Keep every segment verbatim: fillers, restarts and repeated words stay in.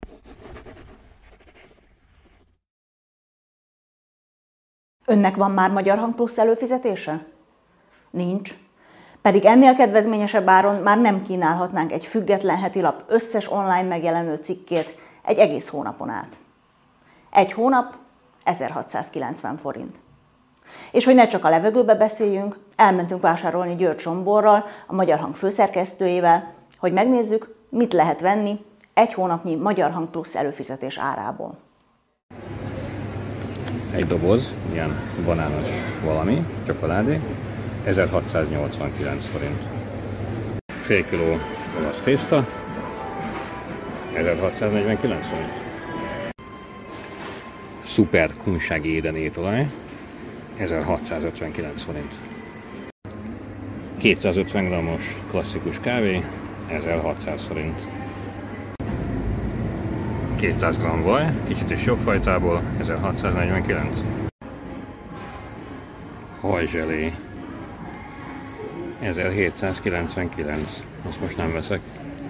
Önnek van már Magyar Hang Plusz előfizetése? Nincs. Pedig ennél kedvezményesebb áron már nem kínálhatnánk egy független hetilap összes online megjelenő cikkét egy egész hónapon át. Egy hónap, ezerhatszázkilencven forint. És hogy ne csak a levegőbe beszéljünk, elmentünk vásárolni György Zsomborral, a Magyar Hang főszerkesztőjével, hogy megnézzük, mit lehet venni egy hónapnyi Magyar Hang Plusz előfizetés árából. Egy doboz, ilyen banános valami, csokoládé, ezerhatszáznyolcvankilenc forint. Fél kiló olasz tészta, ezerhatszáznegyvenkilenc forint. Szuper kunsági éden étolaj, ezerhatszázötvenkilenc forint. kétszázötven grammos klasszikus kávé, ezerhatszáz forint. kétszáz gramm vaj, kicsit is jobb fajtából, ezerhatszáznegyvenkilenc. Hajzselé, ezerhétszázkilencvenkilenc, azt most nem veszek.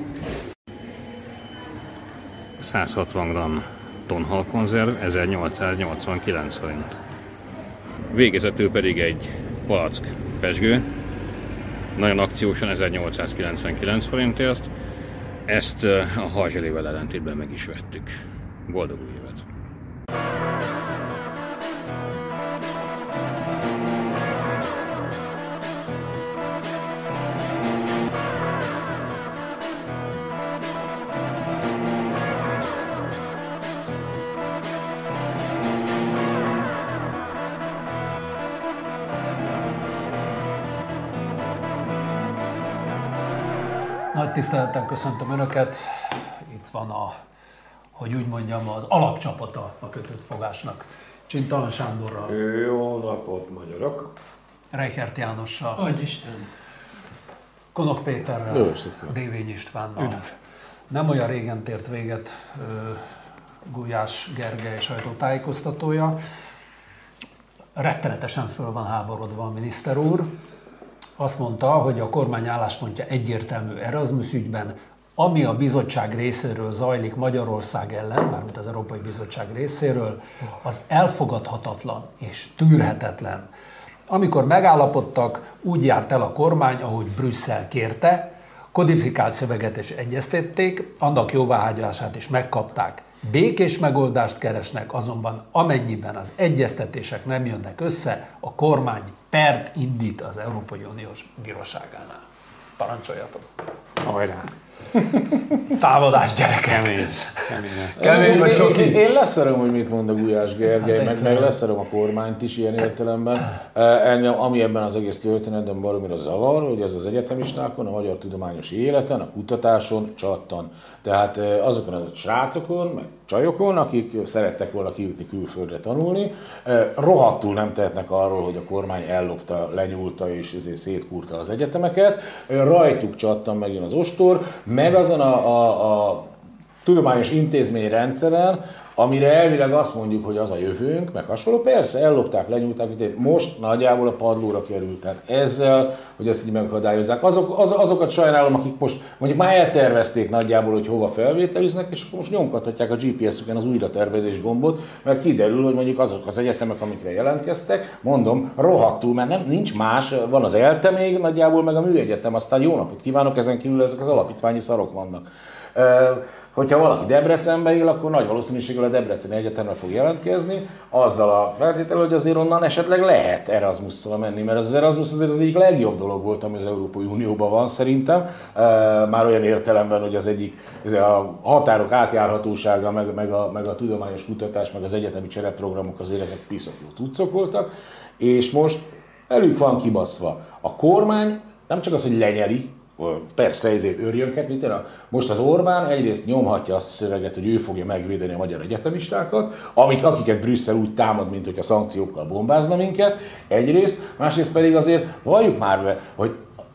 száz hatvan gramm tonhalkonzerv, ezernyolcszáznyolcvankilenc forint. Végezetül pedig egy palack pezsgő, nagyon akciósan ezernyolcszázkilencvenkilenc forintért. Ezt a hajzselével ellentétben meg is vettük. Boldog új évet! Nagy tisztelettel köszöntöm Önöket. Itt van a, hogy úgy mondjam, az alapcsapata a kötött fogásnak. Csintalan Sándorral. Jó napot, magyarok. Reichert Jánossal. Adj Isten. Konok Péterrel. Őszintén. Dévény Istvánnal. Üdv. Nem olyan régen tért véget Gulyás Gergely sajtótájékoztatója. Rettenetesen föl van háborodva a miniszter úr. Azt mondta, hogy a kormány álláspontja egyértelmű Erasmus ügyben, ami a bizottság részéről zajlik Magyarország ellen, mármint az Európai Bizottság részéről, az elfogadhatatlan és tűrhetetlen. Amikor megállapodtak, úgy járt el a kormány, ahogy Brüsszel kérte, kodifikált szöveget is egyeztették, annak jóváhagyását is megkapták. Békés megoldást keresnek, azonban amennyiben az egyeztetések nem jönnek össze, a kormány pert indít az Európai Uniós Bíróságánál. Parancsoljatok! Hajrá! Támadás, gyerekek! Kemény. Kemény. Kemény vagy csoki? Én, én leszerem, hogy mit mond a Gulyás Gergely, Hát meg, meg leszerem a kormányt is ilyen értelemben. Engem, ami ebben az egész történetben baromira zavar, hogy ez az egyetemistákon, a magyar tudományos életen, a kutatáson csattan. Tehát azokon a srácokon, meg csajokon, akik szerettek volna kijutni külföldre tanulni, rohadtul nem tehetnek arról, hogy a kormány ellopta, lenyúlta és ezért szétkúrta az egyetemeket. Rajtuk csattan megint az ostor, meg azon a, a, a tudományos intézményrendszeren, amire elvileg azt mondjuk, hogy az a jövőnk, meg hasonló. Persze, ellopták, lenyúlták, most nagyjából a padlóra került. Tehát ezzel, hogy ezt így megakadályozzák. Azok, az, azokat sajnálom, akik most mondjuk már eltervezték nagyjából, hogy hova felvételiznek, és most nyomkodhatják a gé pé es-üken az újratervezés gombot, mert kiderül, hogy mondjuk azok az egyetemek, amikre jelentkeztek, mondom, rohadtul, mert nem, nincs más, van az ELTE még nagyjából, meg a műegyetem, aztán jó napot kívánok, ezen kívül ezek az alapítványi szarok vannak. Hogyha valaki Debrecenben él, akkor nagy valószínűséggel a Debreceni Egyetemre fog jelentkezni, azzal a feltétellel, hogy azért onnan esetleg lehet Erasmusszal menni, mert az Erasmus azért az egyik legjobb dolog volt, ami az Európai Unióban van szerintem. Már olyan értelemben, hogy az egyik a határok átjárhatósága, meg, meg, a, meg a tudományos kutatás, meg az egyetemi csereprogramok azért ezek piszok jó cuccok voltak, és most elük van kibaszva. A kormány nem csak az, hogy lenyeli, persze ezért őrjönket, mint most az Orbán egyrészt nyomhatja azt a szöveget, hogy ő fogja megvédeni a magyar egyetemistákat, amik, akiket Brüsszel úgy támad, mint hogy a szankciókkal bombázna minket, egyrészt, másrészt pedig azért valljuk már be, hogy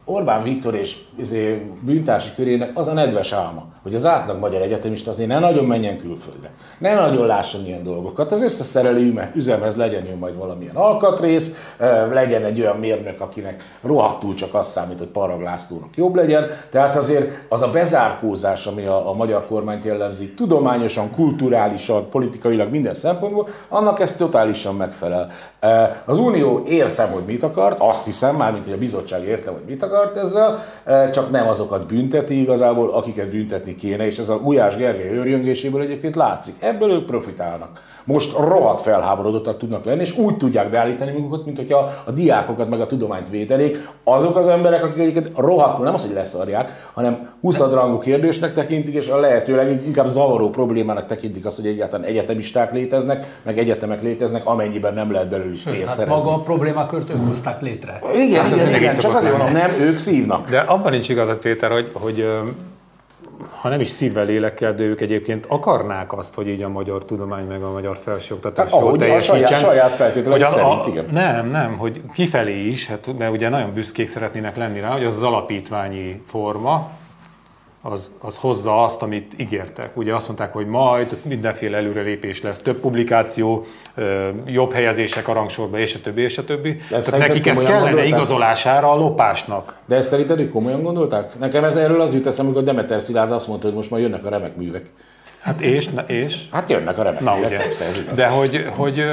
Orbán Viktor és bűntársi körének az a nedves álma, hogy az átlag magyar egyetemista azért ne nagyon menjen külföldre, ne nagyon lásson ilyen dolgokat. Az összeszerelő üzemhez legyen ő majd valamilyen alkatrész, legyen egy olyan mérnök, akinek rohadtul csak az számít, hogy Parag Lászlónak jobb legyen. Tehát azért az a bezárkózás, ami a, a magyar kormányt jellemzi, tudományosan, kulturálisan, politikailag minden szempontból, annak ez totálisan megfelel. Az Unió értem, hogy mit akart, azt hiszem, mármint, hogy a bizottság értem, hogy mit akart ezzel, csak nem azokat bünteti igazából, akiket büntetni kéne, és ez a Gulyás Gergely őrjöngéséből egyébként látszik. Ebből ők profitálnak. Most rohadt felháborodottak tudnak lenni, és úgy tudják beállítani magukat, mint hogyha a diákokat meg a tudományt védenék. Azok az emberek, akik egyébként rohadtul, nem az, hogy leszarják, hanem huszadrangú kérdésnek tekintik, és a lehetőleg inkább zavaró problémának tekintik azt, hogy egyáltalán egyetemisták léteznek, meg egyetemek léteznek, amennyiben nem lehet belőlük pénzt hát szerezni. maga a problémakört ők hozták létre. Igen, hát igen, igen, csak azért mondom, nem, ők szívnak. De abban nincs igazad, Péter, hogy, hogy ha nem is szívvel, lélekkel, de ők egyébként akarnák azt, hogy így a magyar tudomány meg a magyar felsőoktatás hát, jól teljesítsen. A saját, saját feltételek szerint, igen. Nem, nem, hogy kifelé is, hát, mert ugye nagyon büszkék szeretnének lenni rá, hogy az az alapítványi forma, az, az hozza azt, amit ígértek. Ugye azt mondták, hogy majd mindenféle előrelépés lesz, több publikáció, jobb helyezések a rangsorba, és a többi, és a többi. Tehát nekik ez kellene gondolták? Igazolására a lopásnak. De ezt szerinted ők komolyan gondolták? Nekem ez erről az jut eszembe, amikor Demeter Szilárd azt mondta, hogy most már jönnek a remek művek. Hát és? és? Hát jönnek a remek Na, művek, ugye. persze, ez igaz. De hogy, hogy,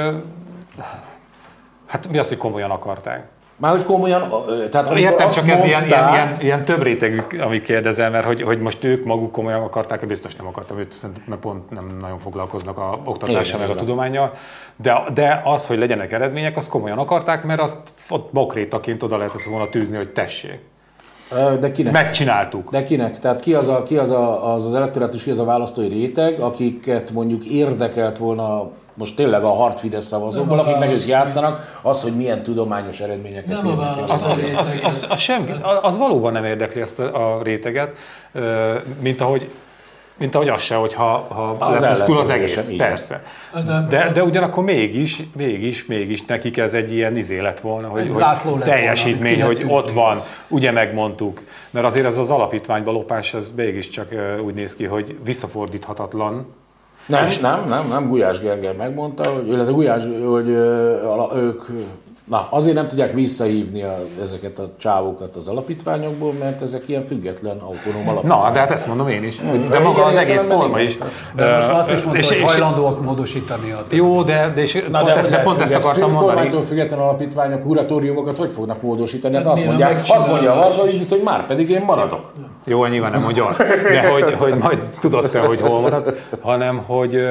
hát mi az, hogy komolyan akarták? Már hogy komolyan, tehát értem, csak ez mondták, ilyen, ilyen, ilyen, ilyen több rétegű, amit kérdezel, mert hogy, hogy most ők maguk komolyan akarták, biztos nem akartam, őt szerintem pont nem nagyon foglalkoznak a oktatással, meg a tudománnyal, de, de az, hogy legyenek eredmények, azt komolyan akarták, mert azt ott bokrétaként oda lehetett volna tűzni, hogy tessék. De kinek? Megcsináltuk. De kinek? Tehát ki az a, ki az, a, az, az elektorátus, ki az a választói réteg, akiket mondjuk érdekelt volna most tényleg a hard Fidesz szavazókból, akik meg ők játszanak, az, hogy milyen tudományos eredményeket nem érnek el. Az, az, az, az, az, az, semmi, az valóban nem érdekli ezt a, a réteget, mint ahogy, mint ahogy az se, hogyha ha lepusztul az egész. Persze. De, de ugyanakkor mégis, mégis, mégis nekik ez egy ilyen izé lett volna, hogy, hogy teljesítmény, volna, hogy ott van, ugye megmondtuk. Mert azért ez az alapítványba lopás, ez mégiscsak úgy néz ki, hogy visszafordíthatatlan. Nem, nem, nem, nem, Gulyás Gergely megmondta, hogy, illetve Gulyás, hogy ők na, azért nem tudják visszahívni a, ezeket a csávókat az alapítványokból, mert ezek ilyen független, autonóm alapítványok. Na, de hát ezt mondom én is. De maga az egész forma is. De most már azt is mondta, hogy hajlandóak módosítani a jó, de, de, és Na, pont, de, de pont ezt akartam mondani. Kormánytól független alapítványok, kuratóriumokat hogy fognak módosítani? Hát azt mondják, azt mondja a Varga, hogy már pedig én maradok. Jó, nyilván nem mondja azt, de hogy, hogy majd tudod te, hogy hol marad, hanem hogy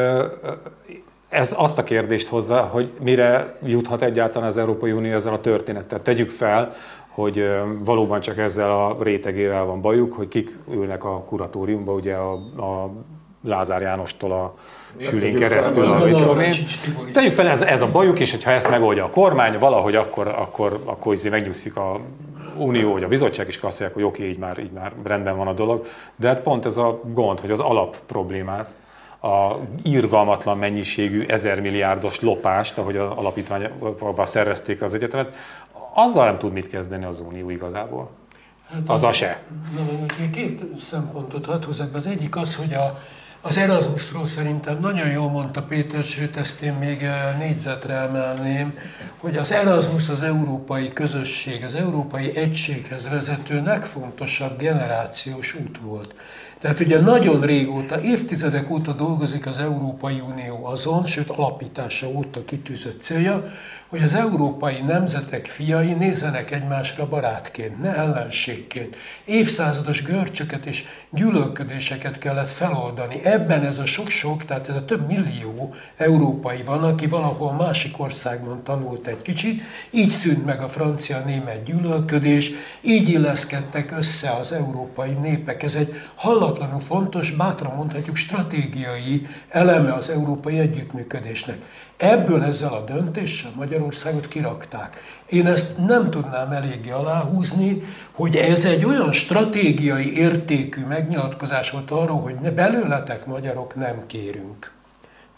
ez azt a kérdést hozza, hogy mire juthat egyáltalán az Európai Unió ezzel a történettel. Tegyük fel, hogy valóban csak ezzel a rétegével van bajuk, hogy kik ülnek a kuratóriumban, ugye a, a Lázár Jánostól a Sülén keresztül, a tegyük fel, ez, ez a bajuk, és hogyha ezt megoldja a kormány valahogy, akkor, akkor, akkor így megnyugszik a Unió, vagy a bizottság is kasszolják, hogy oké, így már, így már rendben van a dolog. De hát pont ez a gond, hogy az alap problémát, a irgalmatlan mennyiségű ezermilliárdos lopást, ahogy az alapítványba szerezték az egyetemet, azzal nem tud mit kezdeni az Unió igazából. Hát azzal se. Na, két szempontot hadd hozzak be. Az egyik az, hogy a, az Erasmusról szerintem nagyon jól mondta Péter, sőt ezt én még négyzetre emelném, hogy az Erasmus az európai közösség, az európai egységhez vezető legfontosabb generációs út volt. Tehát ugye nagyon régóta, évtizedek óta dolgozik az Európai Unió azon, sőt alapítása óta kitűzött célja, hogy az európai nemzetek fiai nézzenek egymásra barátként, ne ellenségként. Évszázados görcsöket és gyűlölködéseket kellett feloldani. Ebben ez a sok-sok, tehát ez a több millió európai van, aki valahol másik országban tanult egy kicsit, így szűnt meg a francia-német gyűlölködés, így illeszkedtek össze az európai népek. Ez egy hallatlanul fontos, bátran mondhatjuk stratégiai eleme az európai együttműködésnek. Ebből ezzel a döntéssel Magyarországot kirakták. Én ezt nem tudnám eléggé aláhúzni, hogy ez egy olyan stratégiai értékű megnyilatkozás volt arról, hogy ne belőletek magyarok nem kérünk.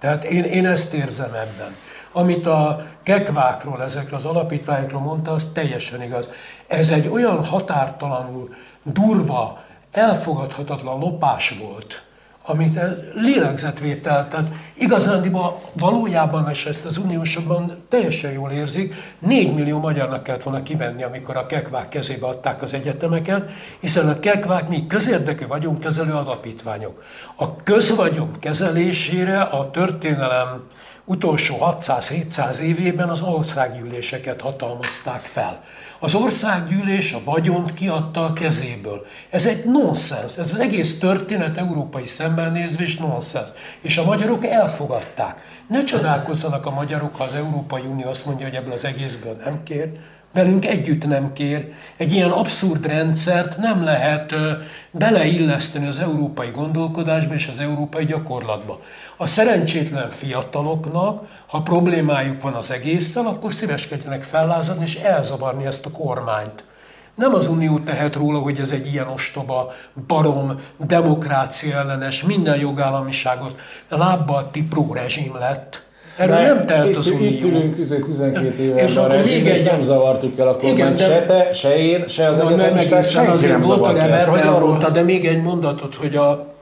Tehát én, én ezt érzem ebben. Amit a kekvákról, ezekről az alapítványokról mondta, az teljesen igaz. Ez egy olyan határtalanul durva, elfogadhatatlan lopás volt, amit lélegzetvétel, tehát igazándiban valójában, és ezt az uniósokban teljesen jól érzik, négy millió magyarnak kellett volna kivenni, amikor a kekvák kezébe adták az egyetemeket, hiszen a kekvák mi közérdekű vagyonkezelő alapítványok. A közvagyon kezelésére a történelem utolsó hatszáz-hétszáz évében az országgyűléseket hatalmazták fel. Az országgyűlés a vagyont kiadta a kezéből. Ez egy nonsens, ez az egész történet európai szembennézvés nonsens. És a magyarok elfogadták. Ne csodálkozzanak a magyarok, ha az Európai Unió azt mondja, hogy ebből az egészből nem kér. Velünk együtt nem kér. Egy ilyen abszurd rendszert nem lehet beleilleszteni az európai gondolkodásba és az európai gyakorlatba. A szerencsétlen fiataloknak, ha problémájuk van az egésszel, akkor szíveskedjenek fellázadni és elzavarni ezt a kormányt. Nem az Unió tehet róla, hogy ez egy ilyen ostoba, barom, demokrácia ellenes, minden jogállamiságot lábbal tipró rezsim lett. Erről de nem tehet az Unió. Itt ülünk tizenkét éve a rezsim, és nem zavartuk el a kormányt, se te, se én, se az egyetemisták, senki nem zavarta el ezt el. De még egy mondatot, hogy a,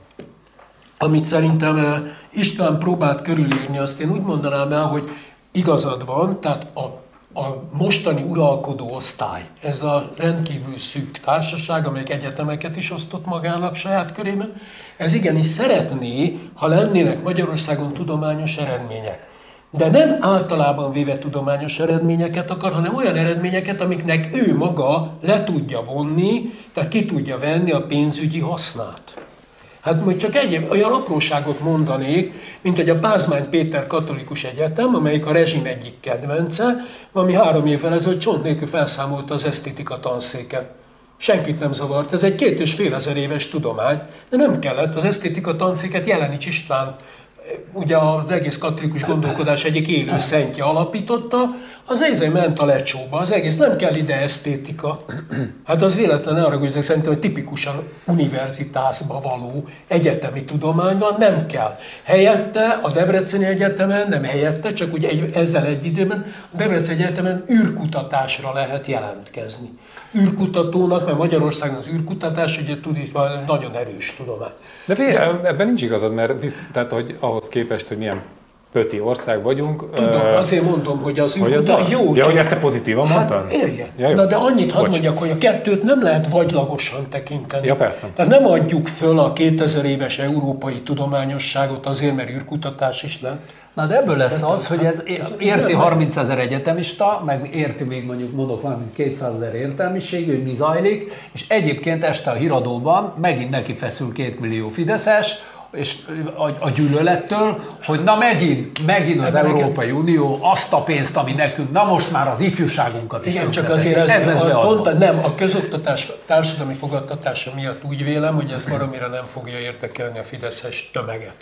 amit szerintem István próbált körülírni, azt én úgy mondanám el, hogy igazad van, tehát a, a mostani uralkodó osztály, ez a rendkívül szűk társaság, amelyik egyetemeket is osztott magának saját körében, ez igenis szeretné, ha lennének Magyarországon tudományos eredmények. De nem általában véve tudományos eredményeket akar, hanem olyan eredményeket, amiknek ő maga le tudja vonni, tehát ki tudja venni a pénzügyi hasznát. Hát majd csak egy olyan apróságot mondanék, mint hogy a Pázmány Péter Katolikus Egyetem, amelyik a rezsim egyik kedvence, ami három évvel ezelőtt csont nélkül felszámolta az esztétika tanszéket. Senkit nem zavart, ez egy két és fél ezer éves tudomány, de nem kellett az esztétika tanszéket Jelenics István, ugye az egész katolikus gondolkodás egyik élő szentje alapította, az egész ment a lecsóba, az egész, nem kell ide esztétika. Hát az véletlen arra, hogy szerintem hogy tipikusan univerzitásba való egyetemi tudomány van, nem kell. Helyette a Debreceni Egyetemen, nem helyette, csak ugye egy, ezzel egy időben, a Debreceni Egyetemen űrkutatásra lehet jelentkezni. Űrkutatónak, mert Magyarországon az űrkutatás, ugye tudjuk, nagyon erős tudomány. De fél, ebben nincs igazad, mert visz, tehát, hogy ahhoz képest, hogy milyen pöti ország vagyunk. Tudom, uh, azért mondom, hogy az űrkutatás jó. Ja, hogy ezt te pozitívan mondtad? Hát éljen. Ja, na de annyit hadd mondjak, hogy a kettőt nem lehet vagylagosan tekinteni. Ja, persze. Tehát nem adjuk föl a kétezer éves európai tudományosságot azért, mert űrkutatás is lett. Na de ebből lesz az, hogy ez érti harmincezer egyetemista, meg érti még mondjuk mondok valamint kétszázezer értelmiség, hogy mi zajlik, és egyébként este a híradóban megint neki feszül két millió fideszes, és a, a gyűlölettől, hogy na megint, megint az Európai Unió azt a pénzt, ami nekünk, na most már az ifjúságunkat is. Igen, csak azért ez, ez lesz a, pont, nem, a közoktatás társadalmi fogadtatása miatt úgy vélem, hogy ez valamire nem fogja érdekelni a fideszes tömeget.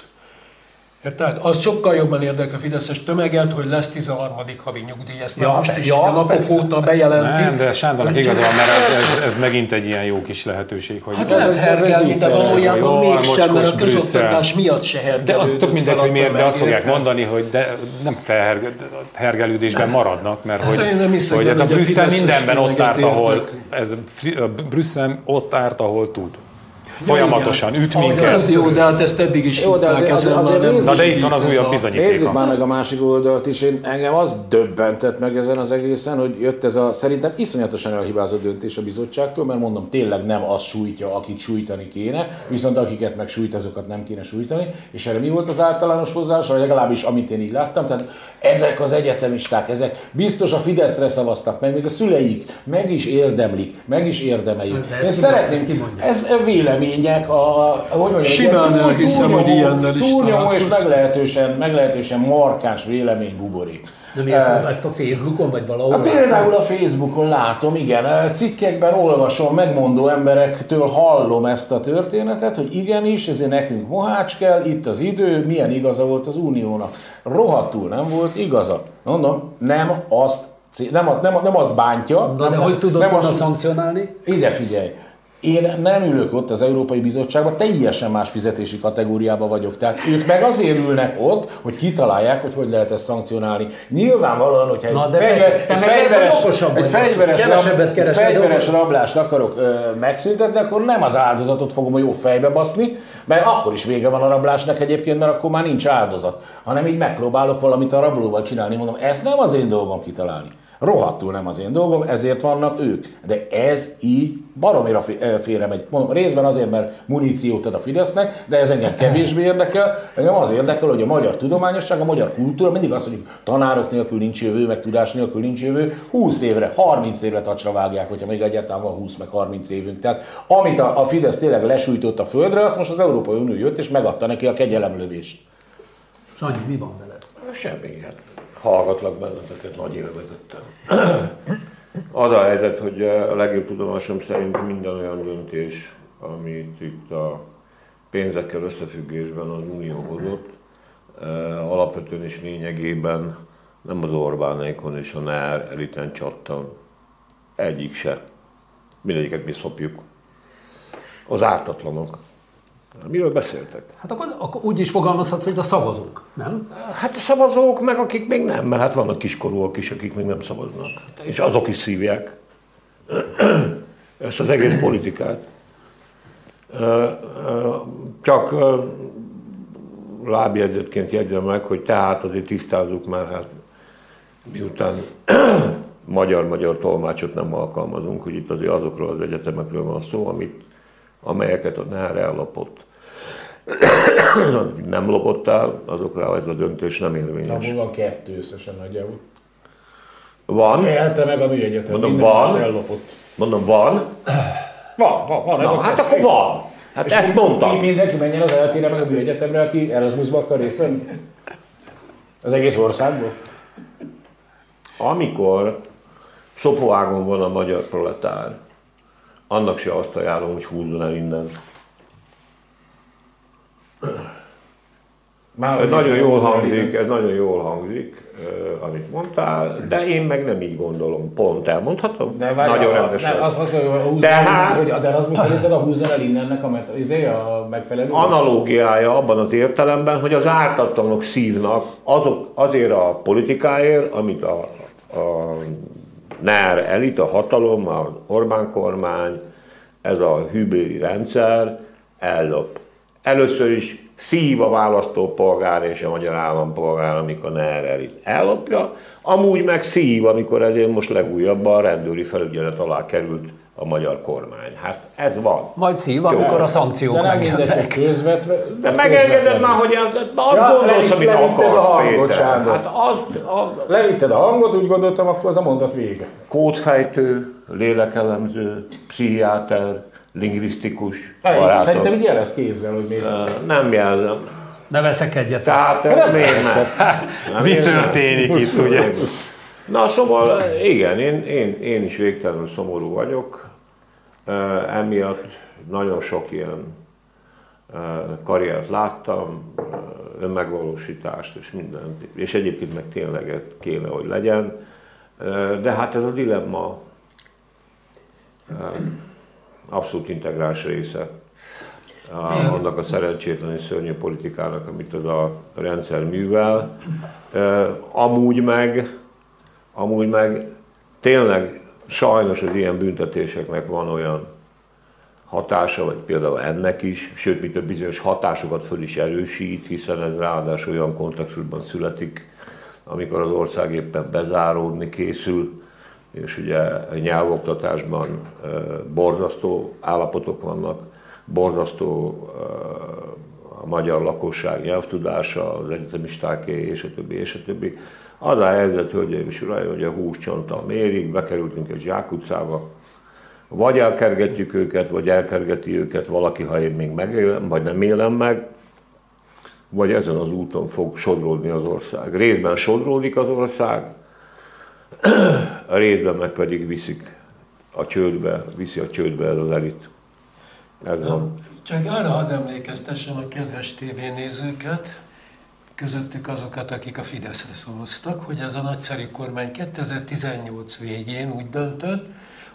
Tehát az sokkal jobban érdekel a fideszes tömeget, hogy lesz tizenharmadik havi nyugdíj, ezt ja, most is ja, a napok persze, óta bejelentik. Nem, de Sándornak igazán, mert ez, ez, ez megint egy ilyen jó kis lehetőség. Hogy hát lehet hergelni, de valójában mégsem, mert a közoktatás miatt se hergelődött. De az tök mindegy, hogy miért, de azt fogják mondani, hogy de nem felhergelődésben maradnak, mert hogy, hiszem, hogy ez a Brüsszel mindenben ott árt, ahol, ez a Brüsszel ott árt, ahol tud. Folyamatosan üt minket. Ez jó, de hát ezt eddig is jó, de azért, azért, azért nem. Na de itt van az újabb bizonyíték. Nézzük már meg a másik oldalt is. Én, engem az döbbentett meg ezen az egészen, hogy jött ez a szerintem iszonyatosan elhibázott döntés a bizottságtól, mert mondom, tényleg nem az sújtja, akit sújtani kéne, viszont akiket meg sújt, azokat nem kéne sújtani. És erre mi volt az általános hozzáállás, vagy legalábbis amit én így láttam, tehát ezek az egyetemisták, ezek biztos a Fideszre szavaztak meg, még a szüleik meg is érdemlik, meg is érdemeljük. Ez szeretném, ez vélemények, a, hogy mondjam, simán elhiszem, hogy ilyennel is túlnyomó és meglehetősen, meglehetősen markáns vélemény buborék. De mi ezt, ezt a Facebookon vagy valahol? A, például a Facebookon látom, igen, cikkekben olvasom, megmondó emberektől hallom ezt a történetet, hogy igenis, ezért nekünk mohács kell, itt az idő, milyen igaza volt az Uniónak. Rohadtul nem volt igaza. Mondom, nem azt, nem azt, nem, nem azt bántja. Na, de nem, hogy tudod nem volna azt, szankcionálni? Ide figyelj. Én nem ülök ott az Európai Bizottságban, teljesen más fizetési kategóriában vagyok. Tehát ők meg azért ülnek ott, hogy kitalálják, hogy hogy lehet ezt szankcionálni. Nyilvánvalóan, hogyha egy, fegyver, egy fegyveres, egy fegyveres, rab, egy fegyveres rablást akarok ö, megszüntetni, akkor nem az áldozatot fogom a jó fejbe baszni, mert akkor is vége van a rablásnak egyébként, mert akkor már nincs áldozat, hanem így megpróbálok valamit a rablóval csinálni. Mondom, ezt nem az én dolgom kitalálni. Rohadtul nem az én dolgom, ezért vannak ők. De ez így baromira félre megy. Mondom, részben azért, mert muníciót ad a Fidesznek, de ez engem kevésbé érdekel. Engem az érdekel, hogy a magyar tudományosság, a magyar kultúra, mindig azt mondjuk, tanárok nélkül nincs jövő, meg tudás nélkül nincs jövő, húsz évre, harminc évre tacsra vágják, hogyha még egyáltalán van húsz meg harminc évünk. Tehát amit a, a Fidesz tényleg lesújtott a földre, azt most az Európai Unió jött és megadta neki a kegyelemlövést. Sanyi, mi van veled? Semmi, hát hallgatlak benneteket nagy élvezettel. Az a helyzet, hogy a legjobb tudomásom szerint minden olyan döntés, amit itt a pénzekkel összefüggésben az Unió hozott, alapvetően és lényegében nem az Orbánékon és a NER eliten csattan. Egyik se. Mindegyiket mi szopjuk. Az ártatlanok. Miről beszéltek? Hát akkor, akkor úgy is fogalmazhatsz, hogy a szavazók, nem? Hát a szavazók, meg akik még nem, mert hát vannak kiskorúak is, akik még nem szavaznak. És azok is szívják ezt az egész politikát. Csak lábjegyzetként jegyzem meg, hogy tehát azért tisztázzuk már, hát miután magyar-magyar tolmácsot nem alkalmazunk, hogy itt azért azokról az egyetemekről van szó, amit, amelyeket a NER ellopott. Nem lopott el, azokra ez a döntés nem érvényes. Abból van kettő összesen nagyjából. Van. Elte meg a műegyetem. Mondom, van. Ellopott. Mondom, van. Van, van, van. Ez Na, a hát kettő. akkor van. Hát és ezt mondtam. Mindenki menjen az eltére meg a műegyetemre, aki Erasmusba akar részt venni? Az egész országból? Amikor szopóágon van a magyar proletár, annak se azt ajánlom, hogy húzzon el innen. Már Ez nagyon jól hangzik, ez nagyon jól hangzik, amit mondtál, de én meg nem így gondolom. Pont elmondhatom? De várj, nagyon a, rendesen. ne, azt, azt mondja, hogy, húzzon Tehát- el, hogy az Erasmus szerinted a húzzon el innennek a, met, izé, a megfelelő? Analógiája abban az értelemben, hogy az ártatlanok szívnak azok, azért a politikáért, amit a, a NER elit, a hatalom, az Orbán kormány, ez a hűbéri rendszer ellop. Először is szív a választópolgár és a magyar állampolgár, amikor a NER elit ellopja, amúgy meg szív, amikor ezért most legújabban a rendőri felügyelet alá került a magyar kormány. Hát ez van. Majd szív, amikor a szankciók De nem mindegy, megjönnek. hogy közvetve. De megengeded már, hogy azt Ja, gondolsz, amit levitted a akarsz, hangot, Péter. Sándor. Hát az, az Levitted a hangot, úgy gondoltam, akkor az a mondat vége. kódfejtő, lélekelemző, pszichiáter, lingvisztikus Szerintem barátom. így jelezd kézzel, hogy még... Nem jelzem. Ne veszek egyet. Tehát Nem miért veszek. nem? Mi történik itt, ugye? Na szóval igen, én, én, én is végtelenül szomorú vagyok. Emiatt nagyon sok ilyen karriert láttam, önmegvalósítást és mindent. És egyébként meg tényleg kéne, hogy legyen. De hát ez a dilemma abszolút integráns része annak a szerencsétlen és szörnyű politikának, amit az a rendszer művel. Amúgy meg, amúgy meg tényleg sajnos az ilyen büntetéseknek van olyan hatása, vagy például ennek is, sőt, mint a bizonyos hatásokat föl is erősít, hiszen ez ráadásul olyan kontextusban születik, amikor az ország éppen bezáródni készül, és ugye a nyelvoktatásban borzasztó állapotok vannak, borzasztó a magyar lakosság nyelvtudása, az egyetemistáké, és a többi, és a többi. Az a helyzet, hölgyeim és uraim, hogy a húscsonta mérik, bekerültünk egy zsákutcába, vagy elkergetjük őket, vagy elkergeti őket valaki, ha én még megélem, vagy nem élem meg, vagy ezen az úton fog sodródni az ország. Részben sodródik az ország, a részben meg pedig viszik a csődbe, viszi a csődbe ez az elit. Ez van. Csak arra hadd emlékeztessem a kedves tévénézőket, közöttük azokat, akik a Fideszre szavaztak, hogy ez a nagyszerű kormány kétezer-tizennyolc végén úgy döntött,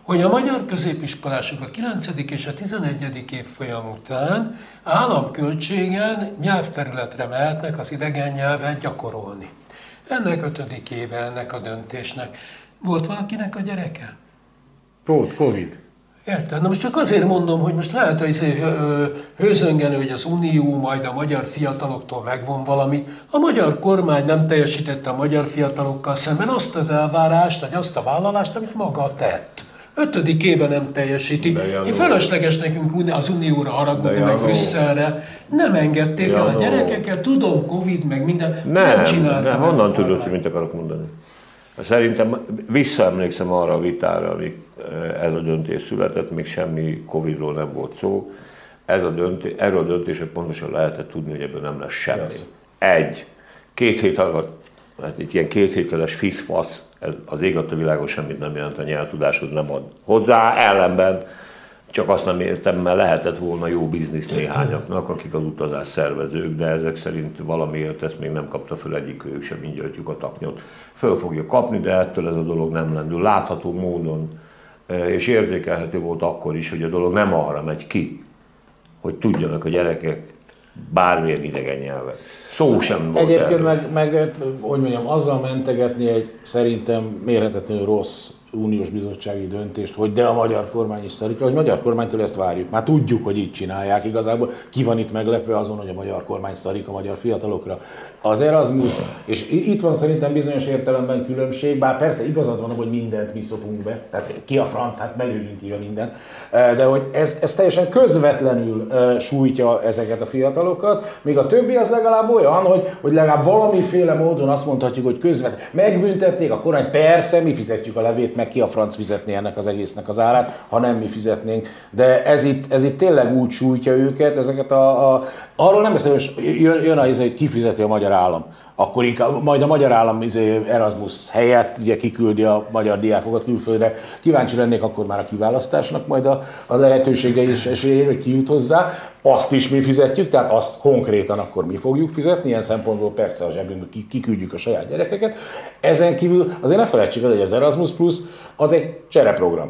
hogy a magyar középiskolások a kilencedik és a tizenegyedik évfolyam után államköltségen nyelvterületre mehetnek az idegen nyelvet gyakorolni. Ennek ötödik éve ennek a döntésnek. Volt valakinek a gyereke? Volt, Covid. Érted? Na most csak azért mondom, hogy most lehet azért hőzöngeni, hogy az Unió majd a magyar fiataloktól megvon valamit. A magyar kormány nem teljesítette a magyar fiatalokkal szemben azt az elvárást, vagy azt a vállalást, amit maga tett. Ötödik éve nem teljesíti. Én fölösleges nekünk az Unióra haragudni, meg Brüsszelre. Nem engedték Janó. el a gyerekeket, tudom, Covid, meg minden. Nem, nem csináltam. Nem, honnan tudod, hogy mit akarok mondani? Szerintem visszaemlékszem arra a vitára, amik ez a döntés született, még semmi Covidról nem volt szó. Ez a döntés, erről a döntésről pontosan lehetett tudni, hogy ebből nem lesz semmi. Yes. Egy, két hét alatt, hát egy ilyen két hételes fiszfasz, az ég a világon semmit nem jelent, a nyelvtudáshoz nem ad hozzá, ellenben csak azt nem értem, mert lehetett volna jó biznisz néhányaknak, akik az utazás szervezők, de ezek szerint valamiért ezt még nem kapta föl egyik, ők sem mindjárt a taknyot. Föl fogja kapni, de ettől ez a dolog nem lendül. Látható módon és érzékelhető volt akkor is, hogy a dolog nem arra megy ki, hogy tudjanak a gyerekek bármilyen idegen nyelvet. Szó sem volt. Egyébként meg, meg, hogy mondjam, azzal mentegetni egy szerintem mérhetetlenül rossz uniós bizottsági döntést, hogy de a magyar kormány is szarik, hogy a magyar kormánytól ezt várjuk. Már tudjuk, hogy így csinálják igazából. Ki van itt meglepve azon, hogy a magyar kormány szarik a magyar fiatalokra. Az Erasmus, és itt van szerintem bizonyos értelemben különbség, bár persze igazad van, hogy mindent mi szopunk be, tehát ki a francát, belőlünk ki a minden, de hogy ez, ez teljesen közvetlenül sújtja ezeket a fiatalokat, míg a többi az legalább olyan, hogy, hogy legalább valamiféle módon azt mondhatjuk, hogy közvetlenül megbüntették a kormány, persze mi fizetjük a levét, meg ki a franc fizetné ennek az egésznek az árát, ha nem mi fizetnénk. De ez itt, ez itt tényleg úgy sújtja őket, ezeket a... a arról nem beszélünk, hogy jön, jön a izé, hogy kifizeti a magyar állam. Akkor inkább, majd a magyar állam izé, Erasmus helyett ugye kiküldi a magyar diákokat külföldre. Kíváncsi lennék akkor már a kiválasztásnak majd a, a lehetősége és esélyére, hogy ki jut hozzá. Azt is mi fizetjük, tehát azt konkrétan akkor mi fogjuk fizetni, ilyen szempontból persze a zsebünkből kiküldjük a saját gyerekeket. Ezen kívül azért ne felejtsük el, hogy az Erasmus Plus az egy csereprogram.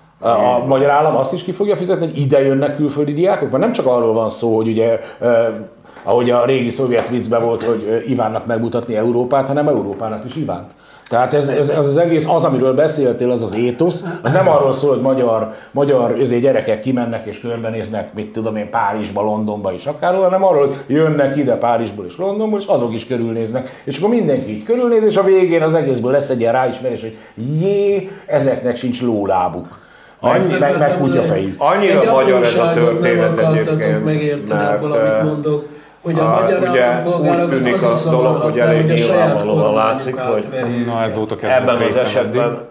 A magyar állam azt is ki fogja fizetni, hogy ide jönnek külföldi diákok, mert nem csak arról van szó, hogy ugye, eh, ahogy a régi szovjet viccben volt, hogy Ivánnak megmutatni Európát, hanem Európának is Ivánt. Tehát ez, ez, ez az egész, az, amiről beszéltél, az az étosz, az nem arról szól, hogy magyar, magyar ezért gyerekek kimennek és körbenéznek, mit tudom én, Párizsba, Londonba is akárhol, hanem arról, hogy jönnek ide Párizsból és Londonból, és azok is körülnéznek. És akkor mindenki így körülnéz, és a végén az egészből lesz egy ilyen ráismerés, hogy jé, ezeknek sincs lólábuk. Annyi, meg, meg kutyafejük. Annyira magyar ez a történet egyébként, megérteni ebből, amit mondok, hogy a, a magyar állampolgárokat az a dolog, hogy elég nyilvánvalóan látszik, hogy na, ez volt a ebben az esetben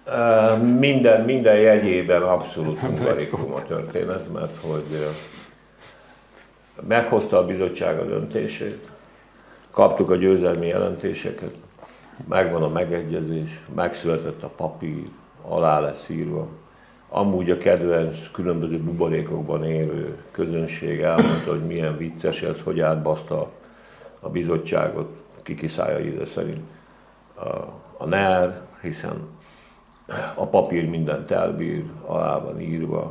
minden, minden jegyében abszolút hungarikum a történet, mert hogy meghozta a bizottság a döntését, kaptuk a győzelmi jelentéseket, megvan a megegyezés, megszületett a papír, alá lesz írva. Amúgy a kedvenc különböző buborékokban élő közönség elmondta, hogy milyen vicces ez, hogy átbaszta a bizottságot, kikiszállja ide szerint a, a en e er, hiszen a papír mindent elbír, alá van írva,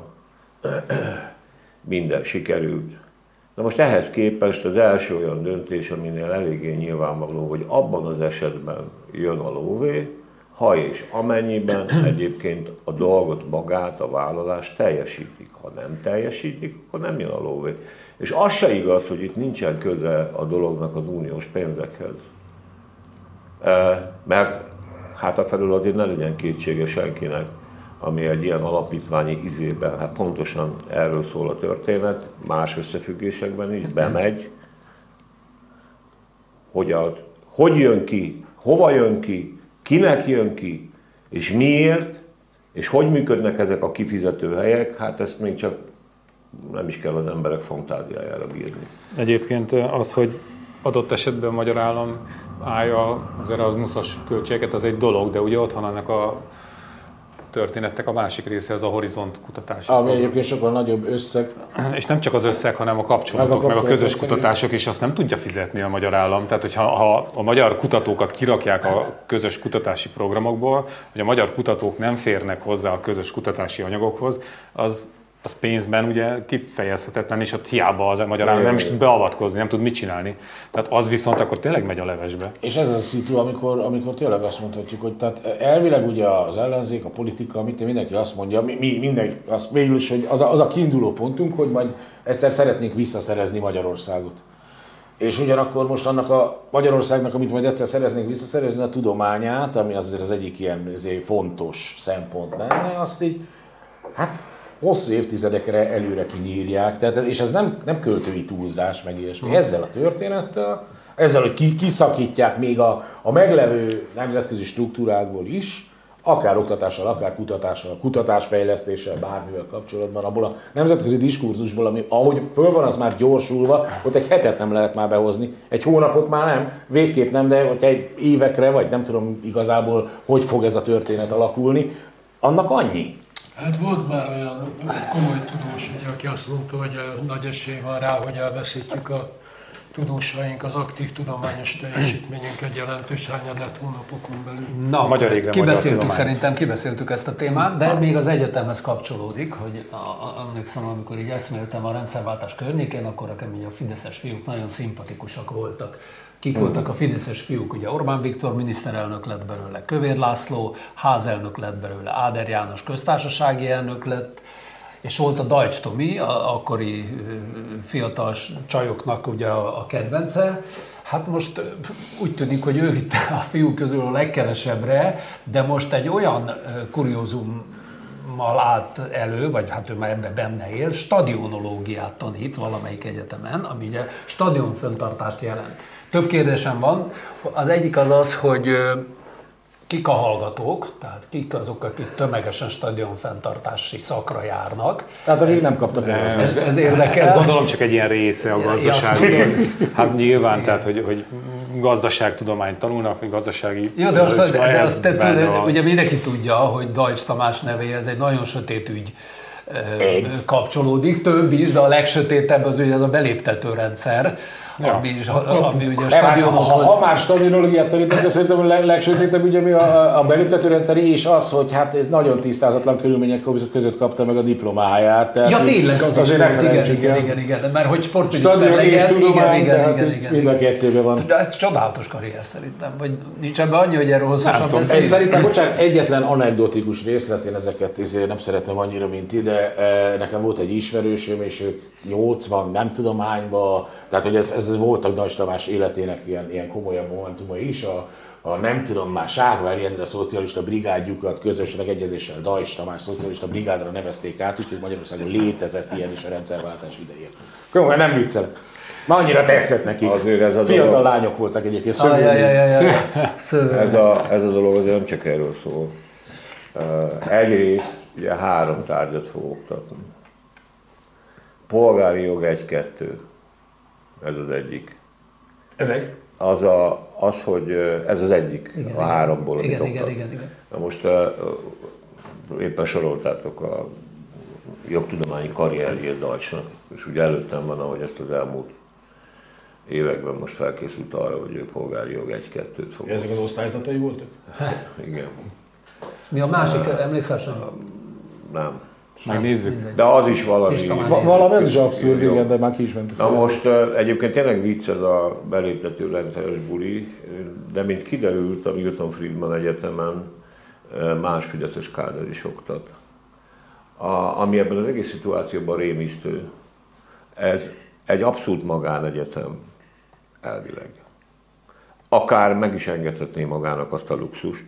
minden sikerült. Na most ehhez képest az első olyan döntés, aminél eléggé nyilvánvaló, hogy abban az esetben jön a lóvé, ha és amennyiben egyébként a dolgot magát, a vállalást teljesítik. Ha nem teljesítik, akkor nem jön a lóvé. És az se igaz, hogy itt nincsen köze a dolognak az uniós pénzekhez. Mert hát afelől azért ne legyen kétsége senkinek, ami egy ilyen alapítványi izében, hát pontosan erről szól a történet, más összefüggésekben is, bemegy, hogy, a, hogy jön ki, hova jön ki, kinek jön ki, és miért, és hogy működnek ezek a kifizető helyek, hát ezt még csak nem is kell az emberek fantáziájára bírni. Egyébként az, hogy adott esetben a magyar állam állja az Erasmusos költségeket, az egy dolog, de ugye ott van ennek a történetnek a másik része, az a Horizont kutatási. Ami egyébként sokkal nagyobb összeg. És nem csak az összeg, hanem a kapcsolatok, meg a, meg a közös kutatások is, azt nem tudja fizetni a magyar állam. Tehát, hogyha ha a magyar kutatókat kirakják a közös kutatási programokból, hogy a magyar kutatók nem férnek hozzá a közös kutatási anyagokhoz, az az pénzben ugye kifejezhetetlen, és ott hiába az a magyar állam nem is tud beavatkozni, nem tud mit csinálni. Tehát az viszont akkor tényleg megy a levesbe. És ez az a szitu, amikor, amikor tényleg azt mondhatjuk, hogy tehát elvileg ugye az ellenzék, a politika, mit mindenki azt mondja, mi, mi mindenki, azt végül is, hogy az a, az a kiinduló pontunk, hogy majd egyszer szeretnénk visszaszerezni Magyarországot. És ugyanakkor most annak a Magyarországnak, amit majd egyszer szeretnénk visszaszerezni, a tudományát, ami azért az egyik ilyen fontos szempont lenne, azt így, hát hosszú évtizedekre előre kinyírják, tehát, és ez nem, nem költői túlzás, meg ilyesmi. Ezzel a történettel, ezzel, hogy kiszakítják még a, a meglevő nemzetközi struktúrákból is, akár oktatással, akár kutatással, kutatásfejlesztéssel, bármivel kapcsolatban, abból a nemzetközi diskurzusból, ami ahogy föl van, az már gyorsulva, ott egy hetet nem lehet már behozni, egy hónapot már nem, végképp nem, de hogyha egy évekre, vagy nem tudom igazából, hogy fog ez a történet alakulni, annak annyi. Hát volt már olyan komoly tudós, ugye, aki azt mondta, hogy nagy esély van rá, hogy elveszítjük a tudósaink az aktív tudományos teljesítményünket jelentős hányadát hónapokon belül. Na, magyar ezt égre, kibeszéltük, magyar szerintem kibeszéltük ezt a témát, de még az egyetemhez kapcsolódik, hogy emlékszem, amikor így eszméltem a rendszerváltás környékén, akkor nekem így a fideszes fiúk nagyon szimpatikusak voltak. Kik voltak a fideszes fiúk? Ugye Orbán Viktor miniszterelnök lett belőle, Kövér László, házelnök lett belőle, Áder János köztársasági elnök lett, és volt a Dajcs Tomi, a akkori fiatal csajoknak ugye a kedvence. Hát most úgy tűnik, hogy ő vitte a fiúk közül a legkevesebbre, de most egy olyan kuriózummal állt elő, vagy hát ő már ebben benne él, stadionológiát tanít valamelyik egyetemen, ami ugye stadionfenntartást jelent. Több kérdésem van. Az egyik az az, hogy kik a hallgatók, tehát kik azok, akik tömegesen stadionfenntartási szakra járnak. Tehát akik nem kaptak el. Ez, ez érdekel. Ez gondolom csak egy ilyen része a gazdaságnak. Hát nyilván, tehát hogy, hogy gazdaságtudományt tanulnak, vagy gazdasági... Jó, de azt, de, de azt te, te, ugye mindenki tudja, hogy Dajcs Tamás nevéhez egy nagyon sötét ügy egy. kapcsolódik, több is, de a legsötétebb az ugye az a beléptető rendszer, ja. ami, is, ami ugye a stadionokhoz... Ha, ha már stadionológiát tanítunk, akkor szerintem a legsötétebb ugye mi a, a beléptető rendszer, és az, hogy hát ez nagyon tisztázatlan körülmények között kapta meg a diplomáját. Tehát ja, tényleg az azért is volt, igen, igen, igen, igen, mert hogy sportminiszter legyen, és tudomány, igen, igen, igen, igen, mind a kettőben van. De ez csodálatos karrier szerintem, vagy nincs ebben annyi, hogy erről hosszasan beszélünk. Szerintem, bocsánat, egyetlen anekdotikus részlet, én ezeket ezért nem szeretem annyira, mint ide. Nekem volt egy ismerősöm, és ők nyolcvan, nem tudom hányba, tehát hogy ez, ez voltak Dajcs Tamás életének ilyen, ilyen komolyabb momentumai is, a, a nem tudom már Ságvári Endre szocialista brigádjukat közös megegyezéssel Dajcs Tamás szocialista brigádra nevezték át, úgyhogy Magyarországon létezett ilyen is a rendszerváltás idején. Komolyan nem viccelek. Már annyira tetszett nekik. Fiatal dolog... lányok voltak egyébként. Ah, ja, ja, ja, ja. ez, a, ez a dolog azért nem csak erről szól. Egyrészt ugye három tárgyat fogok oktatni. Polgári jog egy-kettő. Ez az egyik. Ez egy? Az, a, az hogy ez az egyik igen, a háromból, igen, amit igen, igen, igen. Na most uh, éppen soroltátok a jogtudományi karrierjét Dajcsnak, és ugye előttem van, ahogy ezt az elmúlt években most felkészült arra, hogy ő polgári jog egy-kettőt fog. Ezek az osztályzatai voltak? Igen. Mi a másik, uh, emlékszel sem? Nem. Megnézzük. De az is valami... Va- valami ez is abszurd, igen, de már ki is ment. Na most egyébként tényleg vicc ez a beléptető rendszeres buli, de mint kiderült, a Milton Friedman Egyetemen más fideszes káder is oktat. A, ami ebben az egész szituációban rémisztő, ez egy abszolút magánegyetem elvileg. Akár meg is engedhetné magának azt a luxust,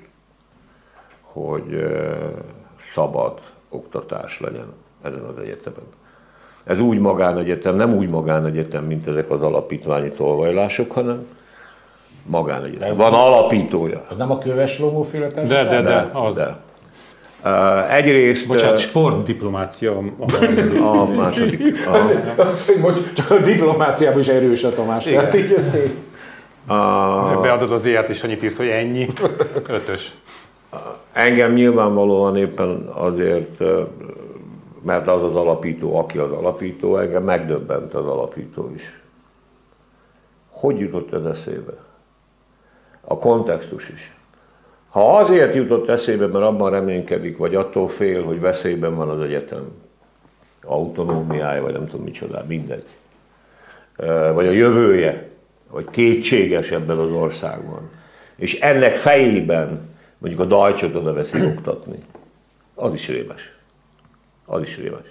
hogy szabad oktatás legyen ezen az egyetemen. Ez úgy magánegyetem, nem úgy magánegyetem, mint ezek az alapítványi tolvajlások, hanem magánegyetem. Van nem, alapítója. Az nem a Köves Lomó féle de, de, de, de, az. De. Uh, egyrészt... Bocsánat, sportdiplomácia a, a második. Bocs, csak a diplomáciában is erős a Tamás. Tehát így ezt én... Uh, Beadod az éjjel is, annyit írsz, hogy ennyi. Ötös. Uh, Engem nyilvánvalóan éppen azért, mert az az alapító, aki az alapító, engem megdöbbent az alapító is. Hogy jutott ez eszébe? A kontextus is. Ha azért jutott eszébe, mert abban reménykedik, vagy attól fél, hogy veszélyben van az egyetem autonómiája, vagy nem tudom micsoda, mindegy. Vagy a jövője, vagy kétséges ebben az országban. És ennek fejében mondjuk a Deutschot oda veszi oktatni. Az is rémes. Az is rémes.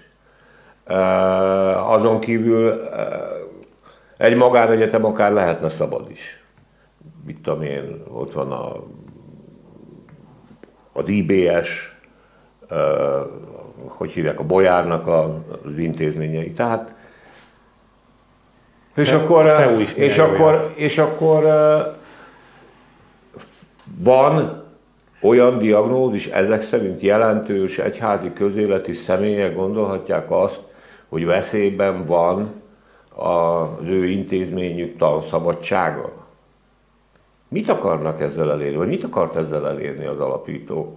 Azon kívül egy magánegyetem akár lehetne szabad is. Mit tudom én, ott van a, az i bé es, hogy hívják, a Bolyárnak az intézményei. Tehát és akkor, és akkor, és akkor van olyan diagnózis, ezek szerint jelentős egyházi közéleti személyek gondolhatják azt, hogy veszélyben van az ő intézményük tanszabadsága. Mit akarnak ezzel elérni, vagy mit akart ezzel elérni az alapító?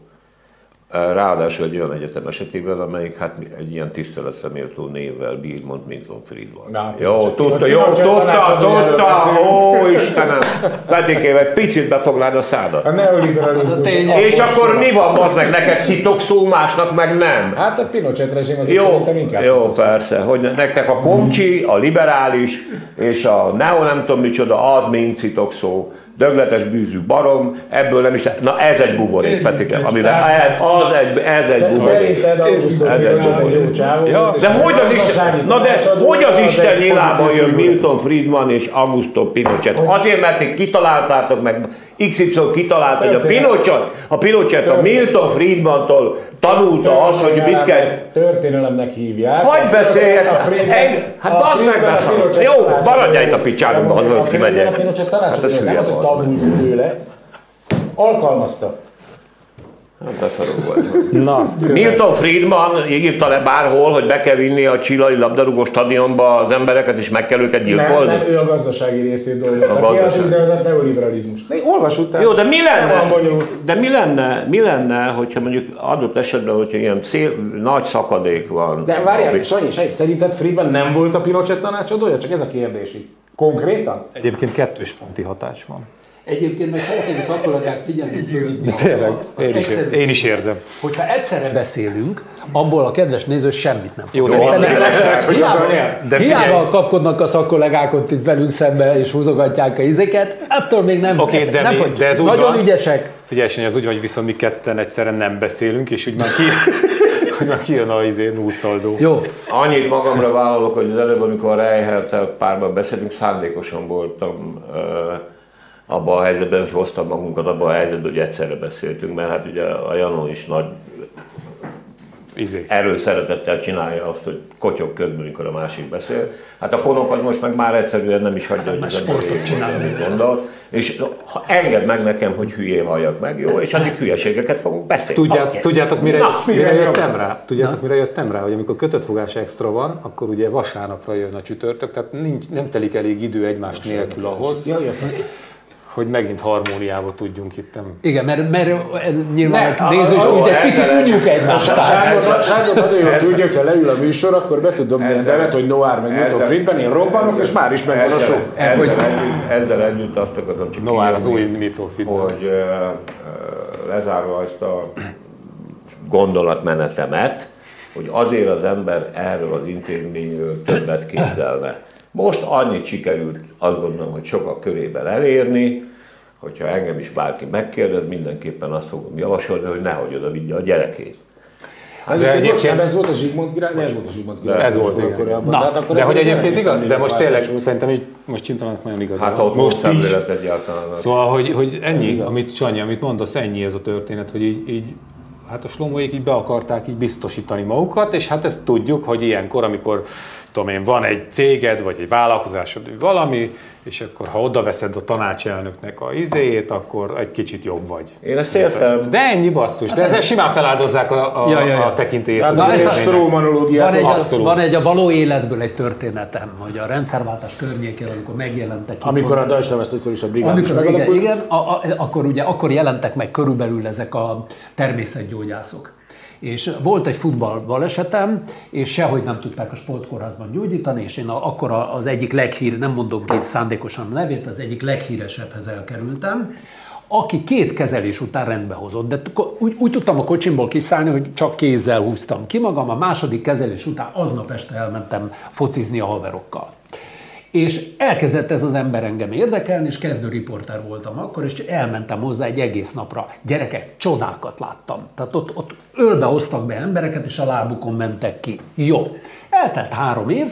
Ráadásul egy olyan egyetem esetében, amelyik hát egy ilyen tiszteletre méltó névvel bír, mond Milton Friedman. Na, jó, tudta, jó, tudta, tudta, ó Istenem! Petikév, egy picit befogláld a szádat. A neoliberalizmus. És akkor mi van, az meg neked szitokszó, másnak meg nem? Hát a Pinochet rezsim az jó, szerintem inkább jó, szitokszó. persze, hogy nektek a komcsi, a liberális és a neo nem tudom micsoda admin szitokszó, dögletes bűzű barom, ebből nem is... Na ez egy buborék, Petike, amivel az egy, ez egy buborék. Szerinted Augusto Pinochet egy jó csávó. De hogy az Isten, na de hogy az Isten nyilában jön Milton Friedman és Augusto Pinochet? Azért, mert ti kitaláltátok meg, iksz ipszilon kitalálta, hogy a Pinochet, a Pinochet a Milton Friedmantól tanulta azt, hogy mit kell... Történelemnek hívják. Hogy beszéljek? Hát bazd meg beszél. Jó, maradjál itt a picsárunkba, az hogy kimegyek. A Pinochet tanácsot, nem az, hogy tanult tőle, alkalmazta. Hát ez szarok volt. Na, Milton Friedman írta le bárhol, hogy be kell vinni a chilai labdarúgó stadionba az embereket, és meg kell őket gyilkolni? Nem, nem, ő a gazdasági részét dolgozta ki, az úgynevezett neoliberalizmus. De olvassuk. Jó, de mi lenne, de mi lenne, mi lenne, hogyha mondjuk adott esetben, hogyha ilyen szél, nagy szakadék van. De várjál, Sanyi, Sanyi, szerinted Friedman nem volt a Pinochet tanácsadója? Csak ez a kérdés így. Konkrétan? Egyébként kettős fonti hatás van. Egyébként meg szeretnék a szakkollégák figyelni fölhívni. De tényleg, én is, ér, én is érzem. Hogyha egyszerre beszélünk, abból a kedves néző semmit nem fog. Jó, de, de, de, de hiába kapkodnak a szakkollégák ott itt velünk szembe, és húzogatják a izéket, attól még nem, okay, de nem mi, fog. De ez nagyon van, ügyesek. Figyelj, ez úgy van, hogy viszont mi ketten egyszerűen nem beszélünk, és úgy már ki... hogy már kijön a nullszaldó. Jó. Annyit magamra vállalok, hogy az előbb, amikor a Reichertel párban beszélünk, szándékosan voltam uh, abban a helyzetben, hogy hoztam magunkat abban a helyzetben, hogy egyszerre beszéltünk, mert hát ugye a Janó is nagy Izé. erőszeretettel csinálja azt, hogy kotyog ködből, amikor a másik beszél. Hát a konok az most meg már egyszerűen nem is hagyja, hogy az ember gondol. És ha engedd meg nekem, hogy hülyén halljak meg, jó? És addig hülyeségeket fogunk beszélni. Tudját, okay. Tudjátok, mire, Na, mire jöttem rá? Tudjátok, mire jöttem rá? Hogy amikor kötött fogás extra van, akkor ugye vasárnapra jön a csütörtök, tehát nincs, nem telik elég idő egymás nélkül ahhoz, hogy megint harmóniába tudjunk itt. Igen, mert, mert nyilván a néző is tudja, egy picit unjuk egymást. Sándor nagyon jól tudja, hogyha leül a műsor, akkor be tud dobni a nevet, hogy Noir meg Milton Friedman, én robbanok, és már is megvan a show. Ezzel együtt azt akarom csak Noir az új Milton Friedman. Hogy lezárva ezt a gondolatmenetemet, hogy azért az ember erről az intézményről többet képzelne. Most annyit sikerült, azt gondolom, hogy sokak körében elérni, hogyha engem is bárki megkérdez, mindenképpen azt fogom javasolni, hogy nehogy oda vigye a gyerekét. Hát de egyébként ez volt a Zsigmond király, de ez volt a Zsigmond király. Ez volt, igen. Na, de, de, de hogy egyébként igaz, de most tényleg szerintem így, most Csintalának nagyon igaz. Hát ott most szemlélet egyáltalán. Szóval, hogy, hogy ennyi, amit Sanyi, amit mondasz, ennyi ez a történet, hogy így, így hát a slomóék így be akarták így biztosítani magukat, és hát ezt tudjuk, hogy ilyenkor, amikor tudom én, van egy céged, vagy egy vállalkozásod, vagy valami, és akkor ha oda veszed a tanácselnöknek a izéjét, akkor egy kicsit jobb vagy. Én ezt értem. De ennyi basszus, de ezzel simán feláldozzák a, a, Ja, ja, ja. a tekintélyét. Hát az ezt a intézménynek. strómanológiát Van egy, a, abszolút. van egy a való életből egy történetem, hogy a rendszerváltás környékén, amikor megjelentek... Amikor a Deutsche Szocialista Brigád is Amikor, igen, megalakult. igen, a, a, akkor, ugye, akkor jelentek meg körülbelül ezek a természetgyógyászok. És volt egy futball balesetem, és sehogy nem tudták a sportkórházban gyógyítani, és én a, akkor az egyik leghír, nem mondom ki szándékosan a nevét, az egyik leghíresebbhez elkerültem, aki két kezelés után rendbe hozott. De úgy, úgy tudtam a kocsimból kiszállni, hogy csak kézzel húztam ki magam, a második kezelés után aznap este elmentem focizni a haverokkal. És elkezdett ez az ember engem érdekelni, és kezdő riporter voltam akkor, és elmentem hozzá egy egész napra. Gyerekek, csodákat láttam. Tehát ott, ott ölbe hoztak be embereket, és a lábukon mentek ki. Jó. Eltelt három év,